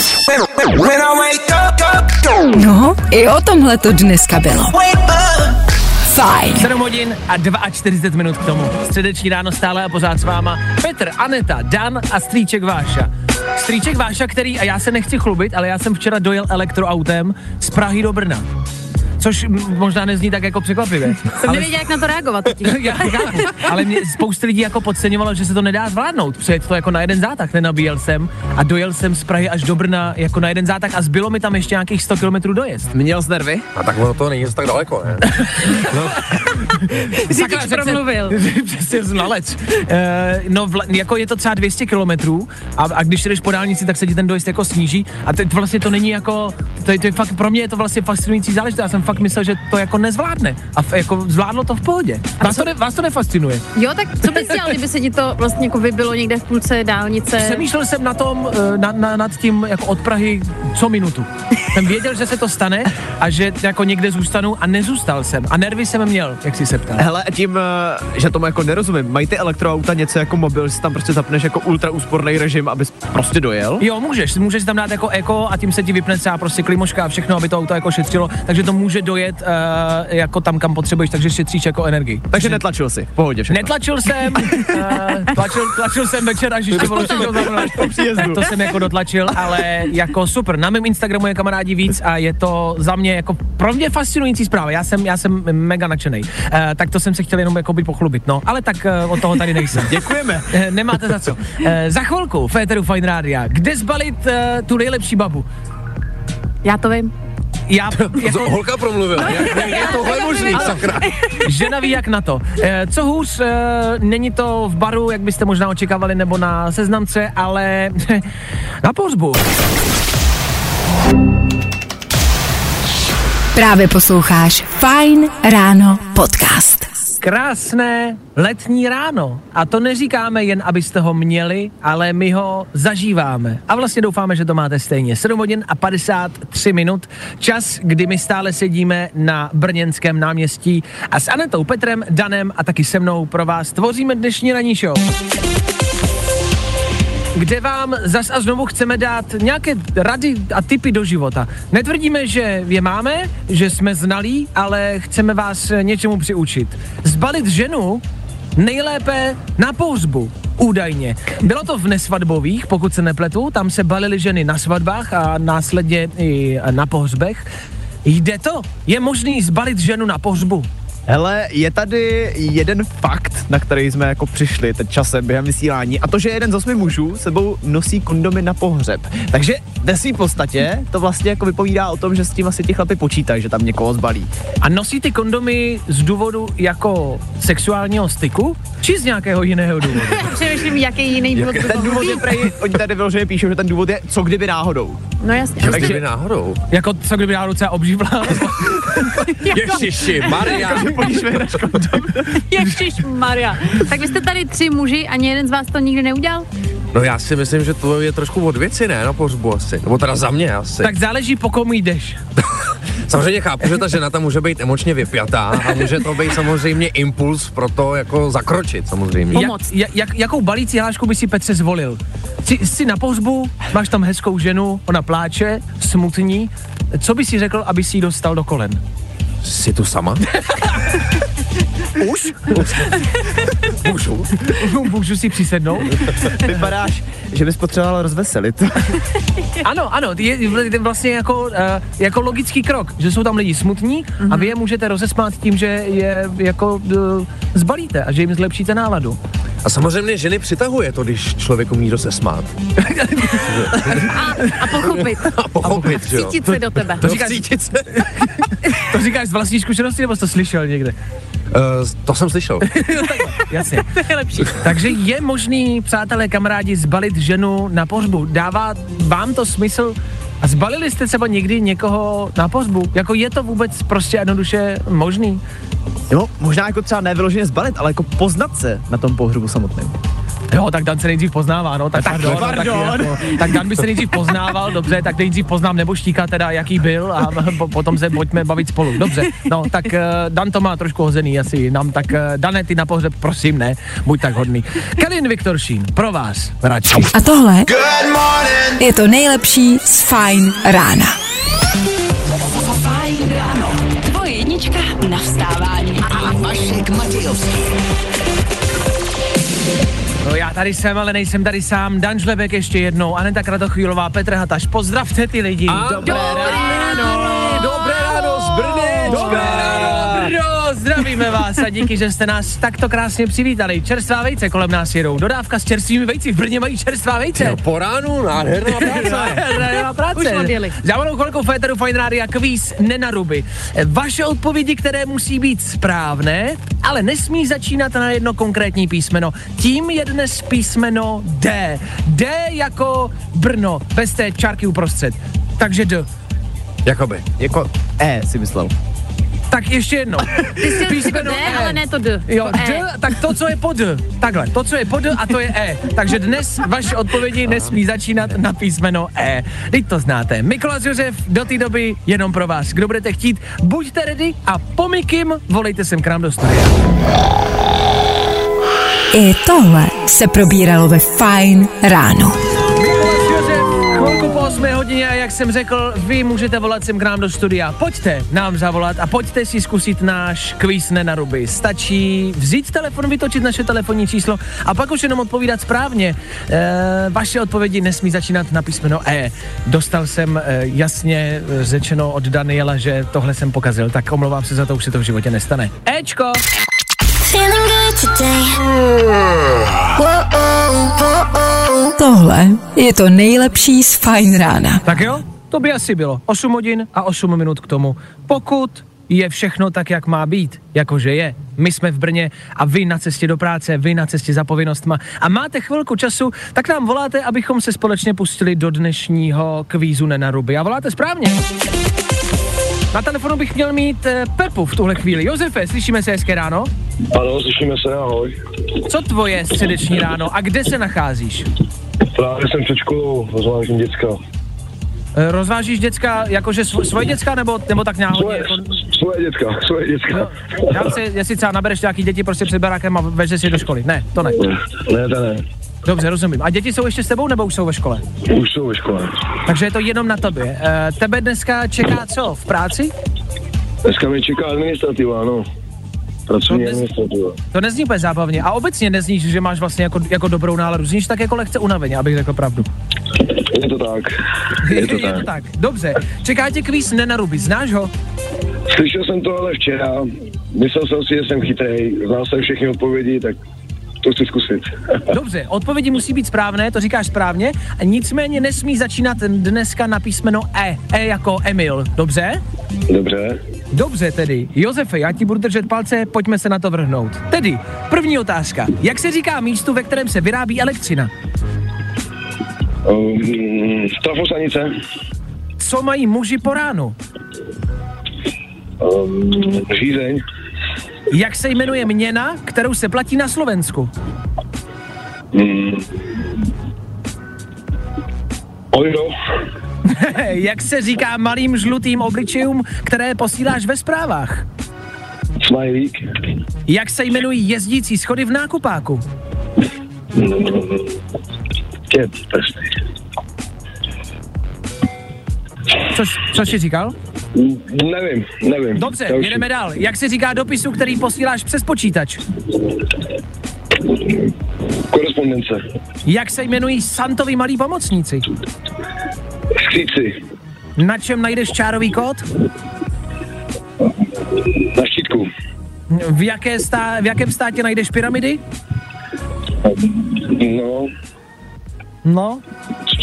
No, i o tomhle to dneska bylo. Fajn. 7 hodin a 42 minut k tomu. Středeční ráno stále a pořád s váma Petr, Aneta, Dan a strýček Váša. Strýček Váša, který, a já se nechci chlubit, ale já jsem včera dojel elektroautem z Prahy do Brna. Což možná nezní tak jako překvapivě. Jsem nevěděla, jak na to reagovat. Já chápu, ale mě spousta lidí jako podceňovalo, že se to nedá zvládnout. Přejet to jako na jeden zátah, nenabíjel jsem a dojel jsem z Prahy až do Brna jako na jeden zátah a zbylo mi tam ještě nějakých 100 kilometrů dojezd. Měl z nervy? A tak ono to není tak daleko, ne? Sakra, promluvil. Přesně znalec. Jako je to třeba 200 kilometrů a když jdeš po dálnici, tak se ti ten dojezd jako sníží a teď vlastně to není jako, to je fakt, pro mě je to vlastně fascinující záležitost. Já jsem fakt myslel, že to jako nezvládne a jako zvládlo to v pohodě. Vás to nefascinuje? Jo, tak co bys dělal, kdyby se ti to vlastně jako vybilo někde v půlce dálnice? Přemýšlel jsem na tom, nad tím jako od Prahy co minutu. Jsem věděl, že se to stane a že jako někde zůstanu a nezůstal jsem. A nervy jsem měl, jak jsi se ptal. Hele, tím, že tomu jako nerozumím, mají ty elektroauta něco jako mobil, že si tam prostě zapneš jako ultra úsporný režim, abys prostě dojel? Jo, můžeš tam dát jako eko a tím se ti vypne třeba prostě klimoška a všechno, aby to auto jako šetřilo, takže to může dojet jako tam, kam potřebuješ, takže šetříš jako energii. Takže netlačil si, v pohodě všechno. Netlačil jsem, tlačil jsem večer, až ještě bylo všechno po příjezdu. To jsem jako dotlačil, ale jako super. Na mém Instagramu je kamarádi víc a je to za mě jako pro mě fascinující zpráva. Já jsem mega nadšenej. Tak to jsem se chtěl jenom jako být pochlubit, no. Ale tak od toho tady nejsem. Děkujeme. Nemáte za co. Za chvilku v éteru Fajn Rádia. Kde zbalit tu nejlepší babu? Já to vím. Já, Holka promluvila, jak je tohle možný, sakra. Žena ví jak na to. Co hůř, není to v baru, jak byste možná očekávali, nebo na seznamce, ale na pohřbu. Právě posloucháš Fajn ráno podcast. Krásné letní ráno. A to neříkáme jen, abyste ho měli, ale my ho zažíváme. A vlastně doufáme, že to máte stejně. 7 hodin a 53 minut. Čas, kdy my stále sedíme na brněnském náměstí a s Anetou, Petrem, Danem a taky se mnou pro vás tvoříme dnešní ranní show, kde vám zas a znovu chceme dát nějaké rady a tipy do života. Netvrdíme, že je máme, že jsme znalí, ale chceme vás něčemu přiučit. Zbalit ženu nejlépe na pohřbu, údajně. Bylo to v nesvatbových, pokud se nepletu, tam se balily ženy na svatbách a následně i na pohřbech. Jde to? Je možný zbalit ženu na pohřbu? Hele, je tady jeden fakt, na který jsme jako přišli teď časem během vysílání, a to, že 1 z 8 mužů sebou nosí kondomy na pohřeb. Takže ve svým podstatě to vlastně jako vypovídá o tom, že s tím asi ti chlapi počítají, že tam někoho zbalí. A nosí ty kondomy z důvodu jako sexuálního styku, či z nějakého jiného důvodu? Přemýšlím, jaký jiný důvod. Ten důvod je prej, oni tady vyloženě píšou, že ten důvod je, co kdyby náhodou. No jasně. Co kdyby náhodou? Jako co kdyby náhodou třeba obživla? Ježiši, Maria. Ježišmarja. Tak vy jste tady 3 muži, ani jeden z vás to nikdy neudělal? No já si myslím, že to je trošku od věci, ne? Na pohřbu asi. Nebo teda za mě asi. Tak záleží, po komu jdeš. Samozřejmě chápu, že ta žena tam může být emočně vypjatá a může to být samozřejmě impuls pro to jako zakročit samozřejmě. Jakou balící hlášku by si, Petře, zvolil? Jsi na pohřbu, máš tam hezkou ženu, ona pláče, smutní. Co by si řekl, aby si ji dostal do kolen? Jsi tu sama? Už? Můžu si přisednout? Vypadáš, že bys potřeboval rozveselit. Ano, je vlastně jako logický krok, že jsou tam lidi smutní a vy je můžete rozesmát tím, že je jako zbalíte a že jim zlepšíte náladu. A samozřejmě ženy přitahuje to, když člověk umí rozesmát. A pochopit. A pochopit, že jo. Cítit se do tebe. To říkáš z vlastní zkušenosti, nebo jsi to slyšel někde? To jsem slyšel. Jasně. To je lepší. Takže je možný, přátelé, kamarádi, zbalit ženu na pohřbu. Dává vám to smysl? A zbalili jste třeba někdy někoho na pohřbu? Jako je to vůbec prostě jednoduše možný? Jo, možná jako třeba nevyloženě zbalit, ale jako poznat se na tom pohřbu samotném. Jo, tak Dan se nejdřív poznává, no, tak pardon. Tak Dan by se nejdřív poznával, dobře, tak nejdřív poznám neboštíka teda, jaký byl a potom se pojďme bavit spolu, dobře. No, tak Dan to má trošku hozený asi nám, tak Dane, ty na pohřeb, prosím, ne, buď tak hodný. Kalin Viktoršín, pro vás, radši. A tohle je to nejlepší z Fajn rána. Fajn ráno. Tvoje jednička na vstávání. A Vašek Matějovský. No já tady jsem, ale nejsem tady sám. Dan Žlebek ještě jednou, Aneta Kratochvílová, Petr Hataš. Pozdravte ty lidi. Dobré ráno z Brněčka. Zdravíme vás a díky, že jste nás takto krásně přivítali. Čerstvá vejce kolem nás jedou. Dodávka s čerstvými vejci. V Brně mají čerstvá vejce. Jo, po ránu, nádherná práce. Už odjeli. Za malou chvilkou Féteru Fajn Rádia kvíz Nenaruby. Vaše odpovědi, které musí být správné, ale nesmí začínat na jedno konkrétní písmeno. Tím je dnes písmeno D. D jako Brno, bez té čárky uprostřed. Takže D. Jakoby. Jako si myslel. Tak ještě jedno. Ty jsi písmeno D, ale ne to D. Jo, to D, tak to, co je pod D. Takhle, to, co je pod D a to je E. Takže dnes vaše odpovědi nesmí začínat na písmeno E. Teď to znáte. Mikolas Josef do té doby jenom pro vás. Kdo budete chtít, buďte ready a pomykým volejte sem k nám do studia. I tohle se probíralo ve Fajn ráno. Chvilku po 8 hodině a jak jsem řekl, vy můžete volat sem k nám do studia. Pojďte nám zavolat a pojďte si zkusit náš kvíz Nenaruby. Stačí vzít telefon, vytočit naše telefonní číslo a pak už jenom odpovídat správně. Vaše odpovědi nesmí začínat na písmeno E. Dostal jsem jasně řečeno od Daniela, že tohle jsem pokazil, tak omlouvám se za to, už se to v životě nestane. Ečko! Tohle je to nejlepší z Fajn rána. Tak jo, to by asi bylo 8 hodin a 8 minut k tomu. Pokud je všechno tak, jak má být, jakože je. My jsme v Brně a vy na cestě do práce, vy na cestě za povinnostma a máte chvilku času, tak nám voláte, abychom se společně pustili do dnešního kvízu Nenaruby. A voláte správně. Na telefonu bych měl mít Pepu v tuhle chvíli. Josefe, slyšíme se hezké ráno? Ano, slyšíme se, ahoj. Co tvoje středeční ráno a kde se nacházíš? Právě jsem před školou, rozvážím děcka. Rozvážíš děcka, jakože svoje děcka, nebo tak náhodně? Svoje děcka. No, já si, jestli třeba nabereš nějaký děti prostě před barákem a vežeš si do školy. Ne, to ne. Ne, to ne. Dobře, rozumím. A děti jsou ještě s tebou, nebo už jsou ve škole? Už jsou ve škole. Takže je to jenom na tobě. Tebe dneska čeká co, v práci? Dneska mě čeká administrativa, no. Pracovní administrativa. To nezní úplně zábavně. A obecně nezníš, že máš vlastně jako dobrou náladu. Zníš tak jako lehce unaveně, abych řekl pravdu. Je to tak. Je to tak. Dobře. Čeká tě kvíz Nenaruby. Znáš ho? Slyšel jsem to ale včera. Myslel jsem si, že jsem chytrej. Znal jsem všechny odpovědi, tak to chci zkusit. Dobře, odpovědi musí být správné, to říkáš správně, a nicméně nesmí začínat dneska na písmeno E. E jako Emil, dobře? Dobře. Dobře tedy. Josefe, já ti budu držet palce, pojďme se na to vrhnout. Tedy, první otázka. Jak se říká místu, ve kterém se vyrábí elektřina? Trafostanice. Co mají muži po ránu? Žízeň. Jak se jmenuje měna, kterou se platí na Slovensku? Euro. Jak se říká malým žlutým obličejům, které posíláš ve zprávách? Smajlík. Jak se jmenují jezdící schody v nákupáku? Co jsi říkal? Nevím. Dobře, jedeme dál. Jak se říká dopisu, který posíláš přes počítač? Korespondence. Jak se jmenují Santovi malí pomocníci? Skříci. Na čem najdeš čárový kód? Na štítku. V jakém státě najdeš pyramidy? No.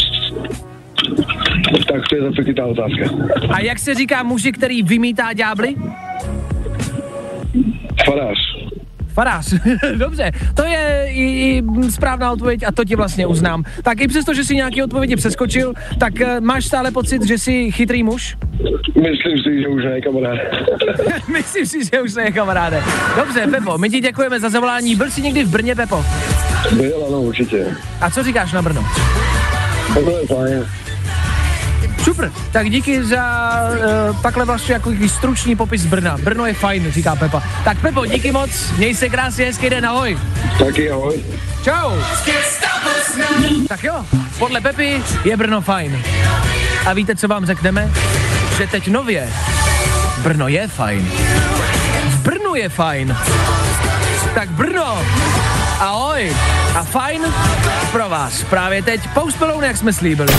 Tak to je zase ta otázka. A jak se říká muži, který vymítá ďábly? Farář. Dobře, to je i správná odpověď a to ti vlastně uznám. Tak i přesto, že jsi nějaký odpovědi přeskočil, tak máš stále pocit, že jsi chytrý muž? Myslím si, že už ne, kamaráde. Myslím si, že už ne, kamaráde. Dobře, Pepo, my ti děkujeme za zavolání. Byl jsi někdy v Brně, Pepo? Byl, ano, určitě. A co říkáš na Brno? To je fajn. Super, tak díky za takhle vlastně jako stručný popis Brna. Brno je fajn, říká Pepa. Tak Pepo, díky moc, měj se krásně, hezký den, ahoj. Taky ahoj. Čau. Tak jo, podle Pepy je Brno fajn. A víte, co vám řekneme? Že teď nově Brno je fajn. V Brnu je fajn. Tak Brno, ahoj. A fajn pro vás právě teď. Post Malone, jak jsme slíbili.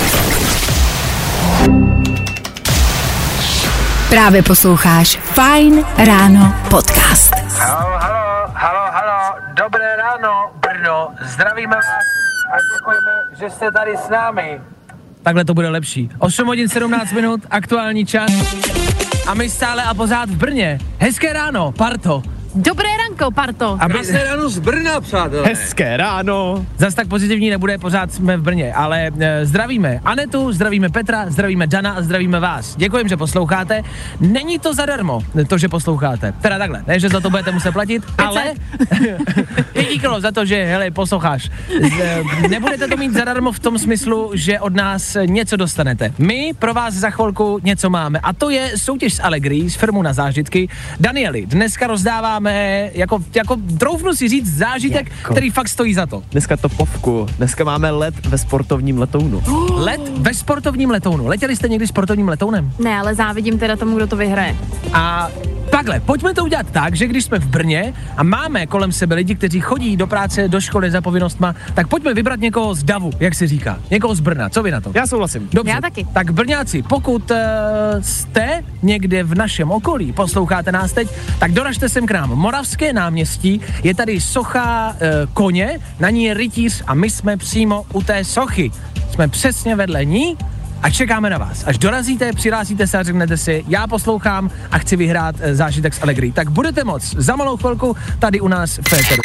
Právě posloucháš Fajn ráno podcast. Halo, dobré ráno, Brno, zdravíme vás a děkujeme, že jste tady s námi. Takhle to bude lepší. 8 hodin 17 minut, aktuální čas a my stále a pořád v Brně. Hezké ráno, Parto. Dobré ranko, Parto. Hezké ráno z Brna, přátelé. Hezké ráno. Zas tak pozitivní nebude, pořád jsme v Brně, ale zdravíme Anetu, zdravíme Petra, zdravíme Dana a zdravíme vás. Děkujeme, že posloucháte. Není to zadarmo, to, že posloucháte. Teda takhle, ne, že za to budete muset platit, ale díkalo za to, že hele, posloucháš. Nebudete to mít zadarmo v tom smyslu, že od nás něco dostanete. My pro vás za chvilku něco máme a to je soutěž s Allegri, z firmu na zážitky. Danieli, dneska rozdáváme jako troufnu si říct zážitek, který fakt stojí za to. Dneska topovku. Dneska máme let ve sportovním letounu. Let ve sportovním letounu. Letěli jste někdy sportovním letounem? Ne, ale závidím teda tomu, kdo to vyhraje. A takhle, pojďme to udělat tak, že když jsme v Brně a máme kolem sebe lidi, kteří chodí do práce, do školy za povinnostma, tak pojďme vybrat někoho z davu, jak se říká. Někoho z Brna. Co vy na to? Já souhlasím. Dobře. Já taky. Tak Brňáci, pokud jste někde v našem okolí, posloucháte nás teď, tak doražte sem k nám. Moravské náměstí, je tady socha koně, na ní je rytíř a my jsme přímo u té sochy. Jsme přesně vedle ní A čekáme na vás. Až dorazíte, přihlásíte se a řeknete si, já poslouchám a chci vyhrát zážitek z Allegri. Tak budete moc za malou chvilku tady u nás v Féteru.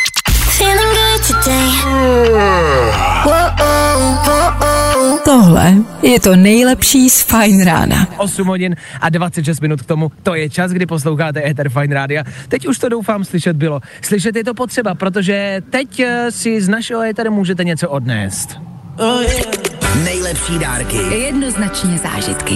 Tohle je to nejlepší z Fajn rána. 8 hodin a 26 minut k tomu, to je čas, kdy posloucháte Éter Fajn rádia. Teď už to doufám slyšet bylo. Slyšet je to potřeba, protože teď si z našeho éteru můžete něco odnést. Nejlepší dárky. Jednoznačně zážitky.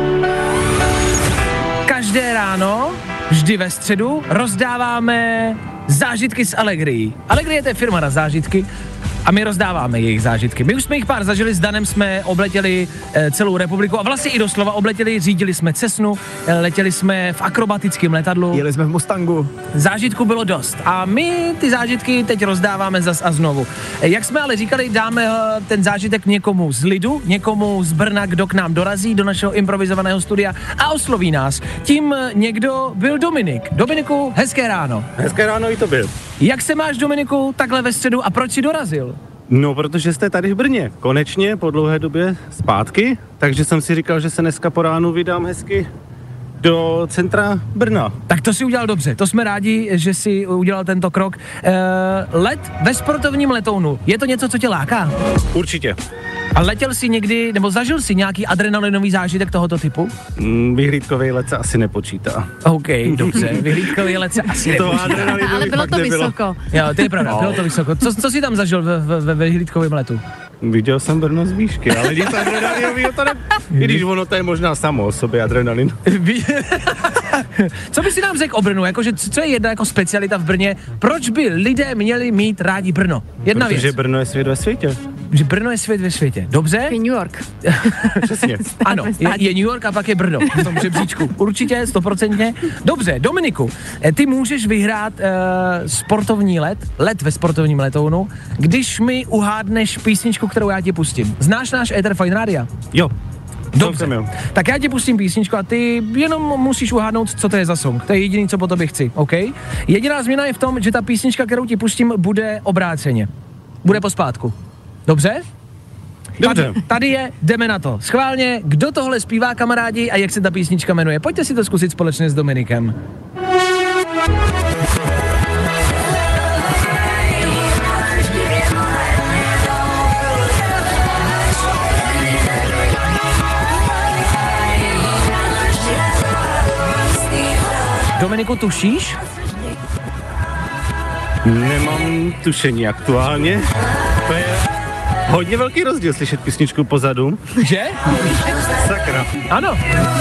Každé ráno, vždy ve středu, rozdáváme zážitky z Allegri. Allegri je to firma na zážitky a my rozdáváme jejich zážitky. My už jsme jich pár zažili, s Danem jsme obletěli celou republiku a vlastně i doslova obletěli, řídili jsme Cessnu, letěli jsme v akrobatickém letadlu. Jeli jsme v Mustangu. Zážitků bylo dost a my ty zážitky teď rozdáváme zas a znovu. Jak jsme ale říkali, dáme ten zážitek někomu z lidu, někomu z Brna, kdo k nám dorazí do našeho improvizovaného studia a osloví nás. Tím někdo byl Dominik. Dominiku, hezké ráno. Hezké ráno i to byl. Jak se máš, Dominiku, takhle ve středu a proč jsi dorazil? No, protože jste tady v Brně. Konečně, po dlouhé době zpátky, takže jsem si říkal, že se dneska po ránu vydám hezky do centra Brna. Tak to si udělal dobře, to jsme rádi, že si udělal tento krok. Let ve sportovním letounu, je to něco, co tě láká? Určitě. A letěl jsi někdy, nebo zažil jsi nějaký adrenalinový zážitek tohoto typu? Vyhlídkový let se asi nepočítá. OK, dobře, vyhlídkový let se asi nepočítá. Ale bylo to vysoko. Jo, to je pravda, bylo to vysoko. Co jsi tam zažil ve vyhlídkovém letu? Viděl jsem Brno z výšky, ale nic adrenalinovýho to ne... I když ono to je možná samo o sobě adrenalin. Co by si nám řekl o Brnu? Jakože, co je jedna jako specialita v Brně? Proč by lidé měli mít rádi Brno? Jedna věc. Protože Brno je svět ve světě. Že Brno je svět ve světě. Dobře? Je New York. Přesně. Ano, je New York a pak je Brno v tom žebříčku. Určitě, 100%. Dobře, Dominiku, ty můžeš vyhrát sportovní let ve sportovním letounu, když mi uhádneš písničku, kterou já ti pustím. Znáš náš Éter Fajn rádia? Jo. Dobře, tak já ti pustím písničku a ty jenom musíš uhádnout, co to je za song. To je jediný, co po tobě chci, OK? Jediná změna je v tom, že ta písnička, kterou ti pustím, bude obráceně. Bude pospátku. Dobře? Dobře. Tady je, jdeme na to. Schválně, kdo tohle zpívá, kamarádi, a jak se ta písnička jmenuje. Pojďte si to zkusit společně s Dominikem. Dominiku, tušíš? Nemám tušení aktuálně. To je hodně velký rozdíl slyšet písničku pozadu. Že? Sakra. Ano.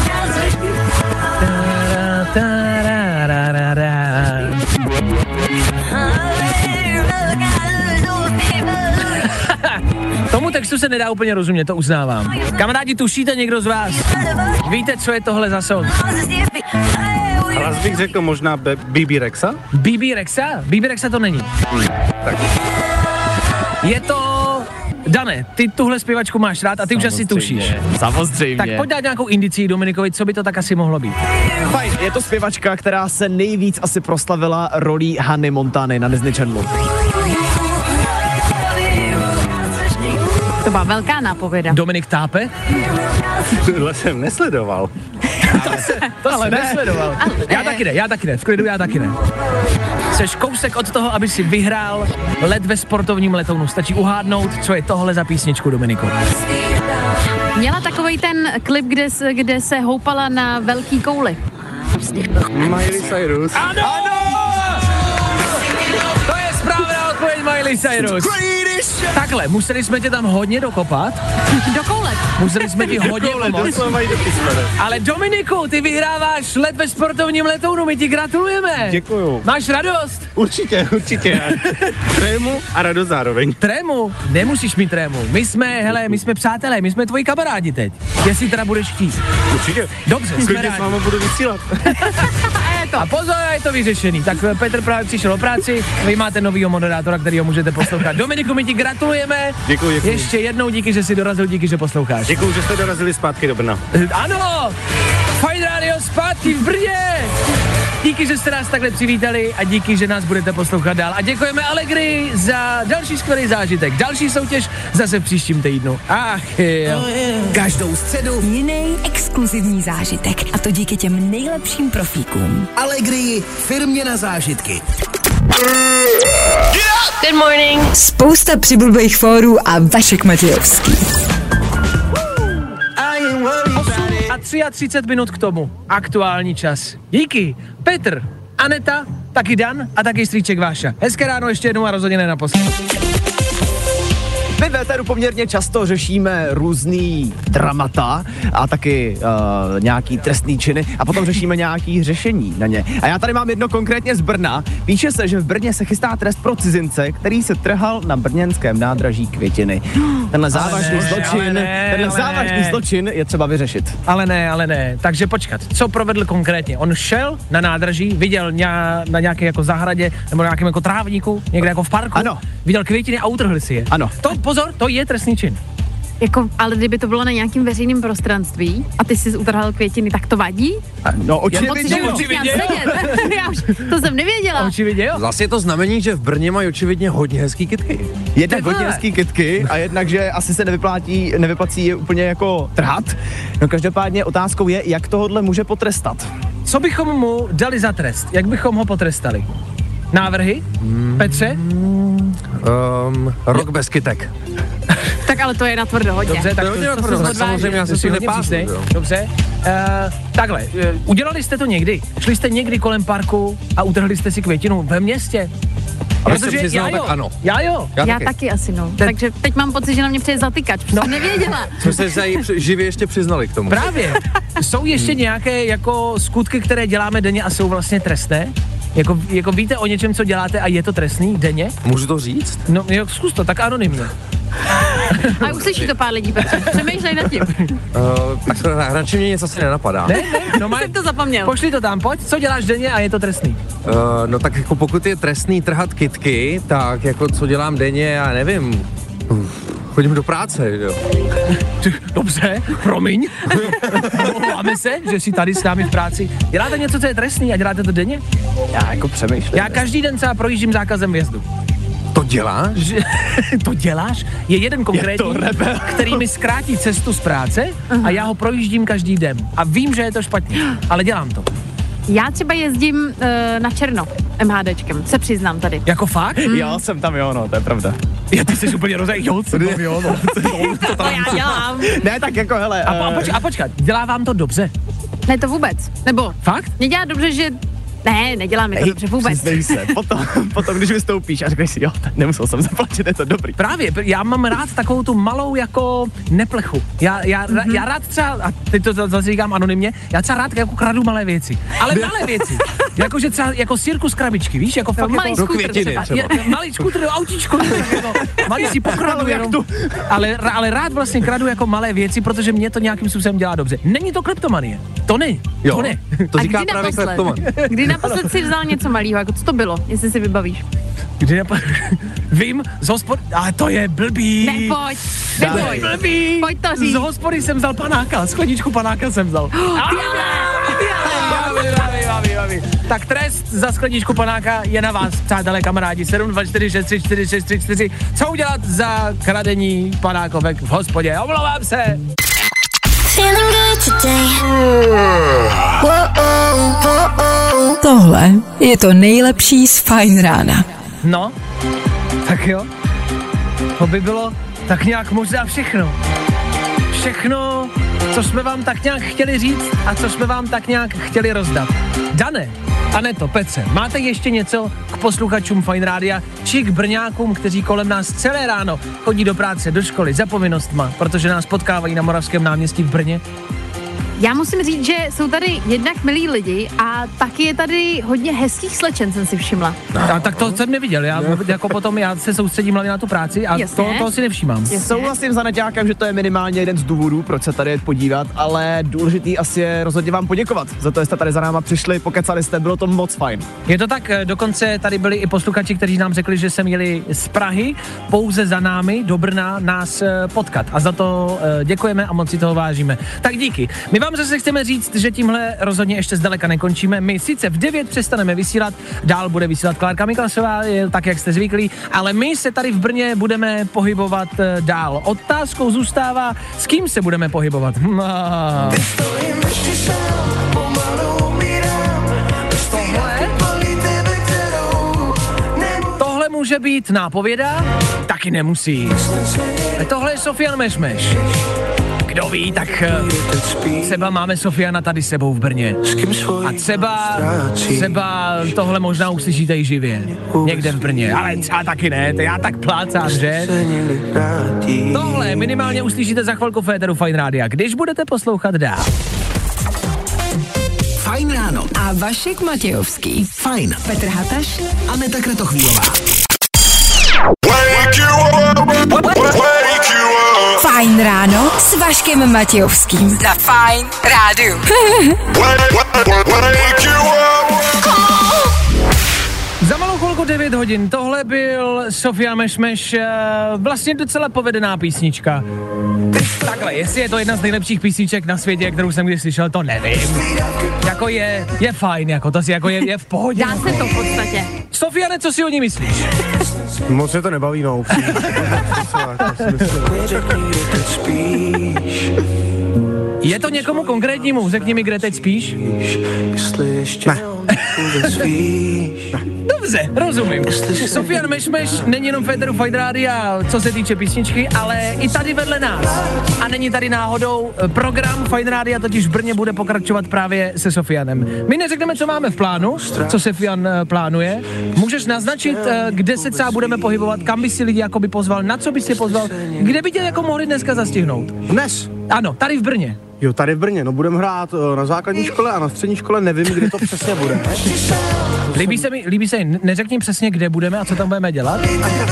Tomu textu se nedá úplně rozumět, to uznávám. Kamarádi, tušíte někdo z vás? Víte, co je tohle za song? Hlas bych řekl možná BB Rexa? BB Rexa? BB Rexa to není. Tak. Je to... Dane, ty tuhle zpěvačku máš rád a ty už asi tušíš. Samozřejmě. Tak pojď dát nějakou indicii Dominikovi, co by to tak asi mohlo být. Fajn, je to zpěvačka, která se nejvíc asi proslavila rolí Hannah Montany na Disney Channelu. To byla velká nápověda. Dominik tápe? Tohle jsem nesledoval. To ale nesledoval. Já taky ne, v klidu já taky ne. Jseš kousek od toho, aby si vyhrál let ve sportovním letounu. Stačí uhádnout, co je tohle za písničku, Dominiku. Měla takovej ten klip, kde se houpala na velký kouli. Miley Cyrus. Ano! To je správná odpověď, Miley Cyrus. Takhle, museli jsme tě tam hodně dokopat. Do koule. Museli jsme ti hodně pomoct. Ale Dominiku, ty vyhráváš let ve sportovním letounu, my ti gratulujeme. Děkuju. Máš radost? Určitě. Trému a radost zároveň. Trému? Nemusíš mít trému. My jsme přátelé, my jsme tvoji kamarádi teď. Jestli teda budeš chtít. Určitě. Dobře, jsme Klidně rádi. s vámi budu vysílat. A pozor, je to vyřešený. Tak Petr právě přišel o práci, vy máte novýho moderátora, kterýho můžete poslouchat. Dominiku, my ti gratulujeme. Děkuji. Ještě jednou díky, že jsi dorazil, díky, že posloucháš. Děkuji, že jste dorazili zpátky do Brna. Ano, Fajn rádio zpátky v Brně. Díky, že jste nás takhle přivítali a díky, že nás budete poslouchat dál. A děkujeme Allegri za další skvělý zážitek. Další soutěž zase v příštím týdnu. Ach jo. Každou středu Jiný exkluzivní zážitek. A to díky těm nejlepším profíkům. Allegri, firmě na zážitky. Good morning. Spousta přibulbých fórů a Vašek Matějovský. A 33 minut k tomu. Aktuální čas. Díky. Petr, Aneta, taky Dan a taky strýček Váša. Hezké ráno ještě jednou a rozhodně ne naposled. My v éteru poměrně často řešíme různý dramata a taky nějaký trestný činy a potom řešíme nějaký řešení na ně. A já tady mám jedno konkrétně z Brna. Píše se, že v Brně se chystá trest pro cizince, který se trhal na brněnském nádraží Květiny. Tenhle závažný zločin je třeba vyřešit. Ale ne. Takže počkat, co provedl konkrétně? On šel na nádraží, viděl na nějaké jako zahradě nebo nějakém jako trávníku, někde jako v parku. Ano. Viděl květiny a utrhl si je. Ano. Pozor, to je trestný čin. Jako, ale kdyby to bylo na nějakém veřejném prostranství a ty jsi utrhal květiny, tak to vadí? No očividně. To jsem nevěděla. Očividně jo. Zase je to znamení, že v Brně mají očividně hodně hezký kytky. Jednak hodně hezký kytky a jednak, že asi se nevyplací je úplně jako trhat. No každopádně otázkou je, jak tohodle může potrestat. Co bychom mu dali za trest? Jak bychom ho potrestali? Návrhy? Petře? Rok bez kytek. Tak ale to je natvrdo hodně. Dobře, tak to samozřejmě já jsem si nepásl. Dobře. Takhle, udělali jste to někdy? Šli jste někdy kolem parku a utrhli jste si květinu ve městě? Protože přiznal, tak ano. Já jo. Já taky asi, no. Takže teď mám pocit, že na mě přijde zatykač, protože jsem nevěděla. Jsme se živě ještě přiznali k tomu. Právě. Jsou ještě nějaké jako skutky, které děláme denně a jsou vlastně trestné? Jako víte o něčem, co děláte a je to trestný denně? Můžu to říct? No, zkus to, tak anonymně. A uslyší to pár lidí, Petře. Přemýšlej nad tím. Tak radši mě něco asi nenapadá. Ne, no jsem to zapomněl. Pošli to tam, pojď, co děláš denně a je to trestný? No tak jako pokud je trestný trhat kytky, tak jako co dělám denně, já nevím. Chodím do práce, jo. Dobře, promiň. Omlouváme se, že jsi tady s námi v práci. Děláte něco, co je trestný a děláte to denně? Já jako přemýšlím. Já každý den třeba projíždím zákazem vjezdu. To děláš? To děláš? Je jeden konkrétní, který mi zkrátí cestu z práce a já ho projíždím každý den. A vím, že je to špatně, ale dělám to. Já třeba jezdím na černo MHDčkem, se přiznám tady. Jako fakt? Já jsem tam, jo, no, to je pravda. Já ty jsi úplně rozejil, jo, no. To já dělám. Ne, tak jako, hele. A počkat, dělá vám to dobře? Ne, to vůbec. Nebo fakt? Mě dělá dobře, že ne, neděláme to dobře vůbec. Se. Potom, když vystoupíš a řekneš si, jo, tak nemusel jsem zaplatit, je to dobrý. Právě, já mám rád takovou tu malou jako neplechu. Já rád třeba, a teď to zase říkám anonymně, já třeba rád jako kradu malé věci. Ale malé věci. Jakože třeba jako cirkus krabičky, víš, jako fakt malý jako květiny třeba. Malý skútr, autíčko, jako, malý si pokradu jenom. Ale rád vlastně kradu jako malé věci, protože mě to nějakým způsobem dělá dobře. Není to kleptomanie. To ne. Jo, to ne. To říká právě kleptoman. Kdy naposled si vzal něco malého, jako co to bylo, jestli si vybavíš? Vím, z hospody, ale to je blbý. Nepojď. Blbý. Pojď to říct. Z hospody jsem vzal panáka, skleničku panáka jsem vzal. Tak trest za skleničku panáka je na vás, přátelé, kamarádi. 724634634. Co udělat za kradení panákovek v hospodě? Omlouvám se. Tohle je to nejlepší z Fajn rána. No, tak jo. To by bylo tak nějak možná všechno. Všechno, co jsme vám tak nějak chtěli říct a co jsme vám tak nějak chtěli rozdat. Dane, Aneto, Petře, máte ještě něco k posluchačům Fajn rádia či k Brňákům, kteří kolem nás celé ráno chodí do práce, do školy, za povinnostma, protože nás potkávají na Moravském náměstí v Brně? Já musím říct, že jsou tady jednak milí lidi a taky je tady hodně hezkých slečen, jsem si všimla. A tak to jsem neviděl, já se soustředím hlavně na tu práci a to si nevšímám. Souhlasím s Aneťákem, že to je minimálně jeden z důvodů, proč se tady podívat, ale důležitý asi je rozhodně vám poděkovat za to, že jste tady za náma přišli, pokecali jste, bylo to moc fajn. Je to tak, dokonce tady byli i posluchači, kteří nám řekli, že sem jeli z Prahy pouze za námi do Brna nás potkat a za to děkujeme a moc si toho vážíme. Tak díky. My vám Vám zase chceme říct, že tímhle rozhodně ještě zdaleka nekončíme. My sice v 9 přestaneme vysílat, dál bude vysílat Klárka Miklasová, tak jak jste zvyklí, ale my se tady v Brně budeme pohybovat dál. Otázkou zůstává, s kým se budeme pohybovat. Tohle může být nápověda, taky nemusí. Tohle je Sofian Mešmeš. Kdo ví, tak třeba máme Sofiana tady sebou v Brně. A třeba tohle možná uslyšíte i živě. Někde v Brně, ale třeba taky ne, to já tak plácám, že? Tohle minimálně uslyšíte za chvilku v éteru Fajn Rádia, když budete poslouchat dál. Fajn ráno. A Vašek Matějovský. Fajn. Petr Hataš. Aneta Kratochvílová. Fajn ráno s Vaškem Matějovským. Na Fajn rádiu. Za malou chvilku 9 hodin, tohle byl Sofian Mešmeš, vlastně docela povedená písnička. Takhle, jestli je to jedna z nejlepších písniček na světě, kterou jsem kdy slyšel, to nevím. Jako je fajn, jako to si jako je v pohodě. Dá se to v podstatě. Sofiane, co si o ní myslíš? Moc mě to nebaví, no. Je to někomu konkrétnímu? Řekni mi, kde teď spíš? Ne. Dobře, rozumím. Sofian Mešmeš není jenom v éteru Fajn Rádia, co se týče písničky, ale i tady vedle nás. A není tady náhodou. Program Fajn Rádia totiž v Brně bude pokračovat právě se Sofianem. My neřekneme, co máme v plánu, co Sofian plánuje. Můžeš naznačit, kde se třeba budeme pohybovat, kam by si lidi jakoby pozval, na co by si pozval, kde by tě jako mohli dneska zastihnout? Dnes? Ano, tady v Brně. Jo, tady v Brně, no budeme hrát na základní škole a na střední škole, nevím, kdy to přesně bude. Líbí se, neřekni přesně, kde budeme a co tam budeme dělat.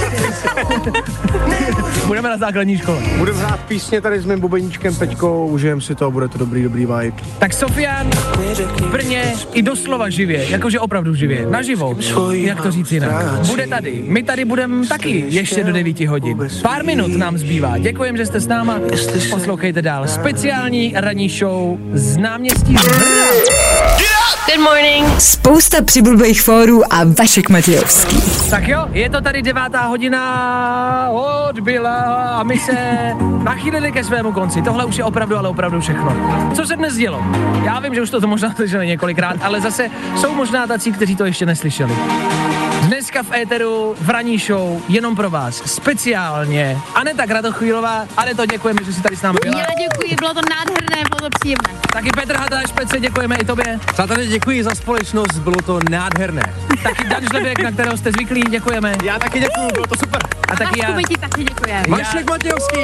Budeme na základní škole. Budeme hrát písně tady s mým bubeníčkem Peťkou, užijem si to, bude to dobrý vibe. Tak Sofian v Brně i doslova živě, jakože opravdu živě, naživo, jak to říct jinak. Bude tady, my tady budeme taky ještě do 9 hodin. Pár minut nám zbývá, děkujem, že jste s náma, poslouchejte dál. Speciální ranní show z náměstí z Brna. Good morning. Spousta přibulbých fórů a Vašek Matějovský. Tak jo, je to tady 9. hodina, odbyla a my se nachýlili ke svému konci. Tohle už je opravdu, ale opravdu všechno. Co se dnes dělo? Já vím, že už to možná slyšeli několikrát, ale zase jsou možná tací, kteří to ještě neslyšeli. Dneska v éteru v ranní show jenom pro vás speciálně Aneta Kratochvílová. Aneto, děkujeme, že jsi tady s námi byla. Já děkuji, bylo to nádherné, bylo to příjemné. Taky Petr Hataš, Petře, děkujeme i tobě. Přátelé, děkuji za společnost, bylo to nádherné. Taky Dan Žleběk, na kterého jste zvyklí, děkujeme. Já taky děkuju, bylo to super. A taky já. Ti taky děkujeme. Vašek Matějovský.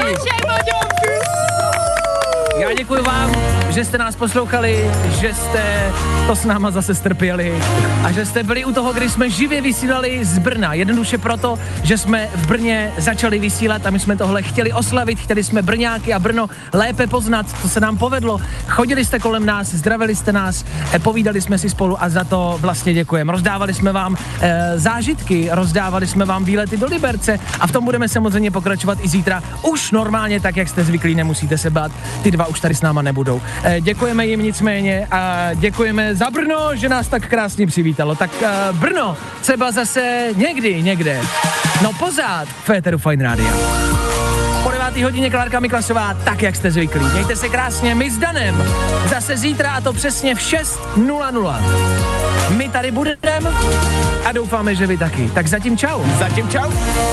Já děkuji vám, že jste nás poslouchali, že jste to s náma zase strpěli a že jste byli u toho, když jsme živě vysílali z Brna. Jednoduše proto, že jsme v Brně začali vysílat a my jsme tohle chtěli oslavit, chtěli jsme Brňáky a Brno lépe poznat, to se nám povedlo. Chodili jste kolem nás, zdravili jste nás, povídali jsme si spolu a za to vlastně děkujeme. Rozdávali jsme vám zážitky, rozdávali jsme vám výlety do Liberce a v tom budeme samozřejmě pokračovat i zítra. Už normálně tak, jak jste zvyklí, nemusíte se bát. Ty dva už tady s náma nebudou. Děkujeme jim nicméně a děkujeme za Brno, že nás tak krásně přivítalo. Tak Brno, třeba zase někde. No pořád v éteru Fajn Rádia. Po 9. hodině Klárka Miklasová, tak jak jste zvyklí. Mějte se krásně, my s Danem. Zase zítra a to přesně v 6:00. My tady budeme a doufáme, že vy taky. Tak zatím čau. Zatím čau.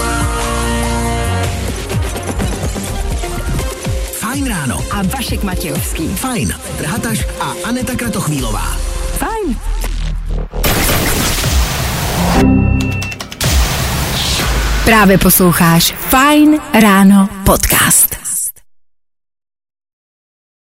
Fajn ráno. A Vašek Matějovský. Fajn. Petr Hataš a Aneta Kratochvílová. Fajn. Právě posloucháš Fajn ráno podcast.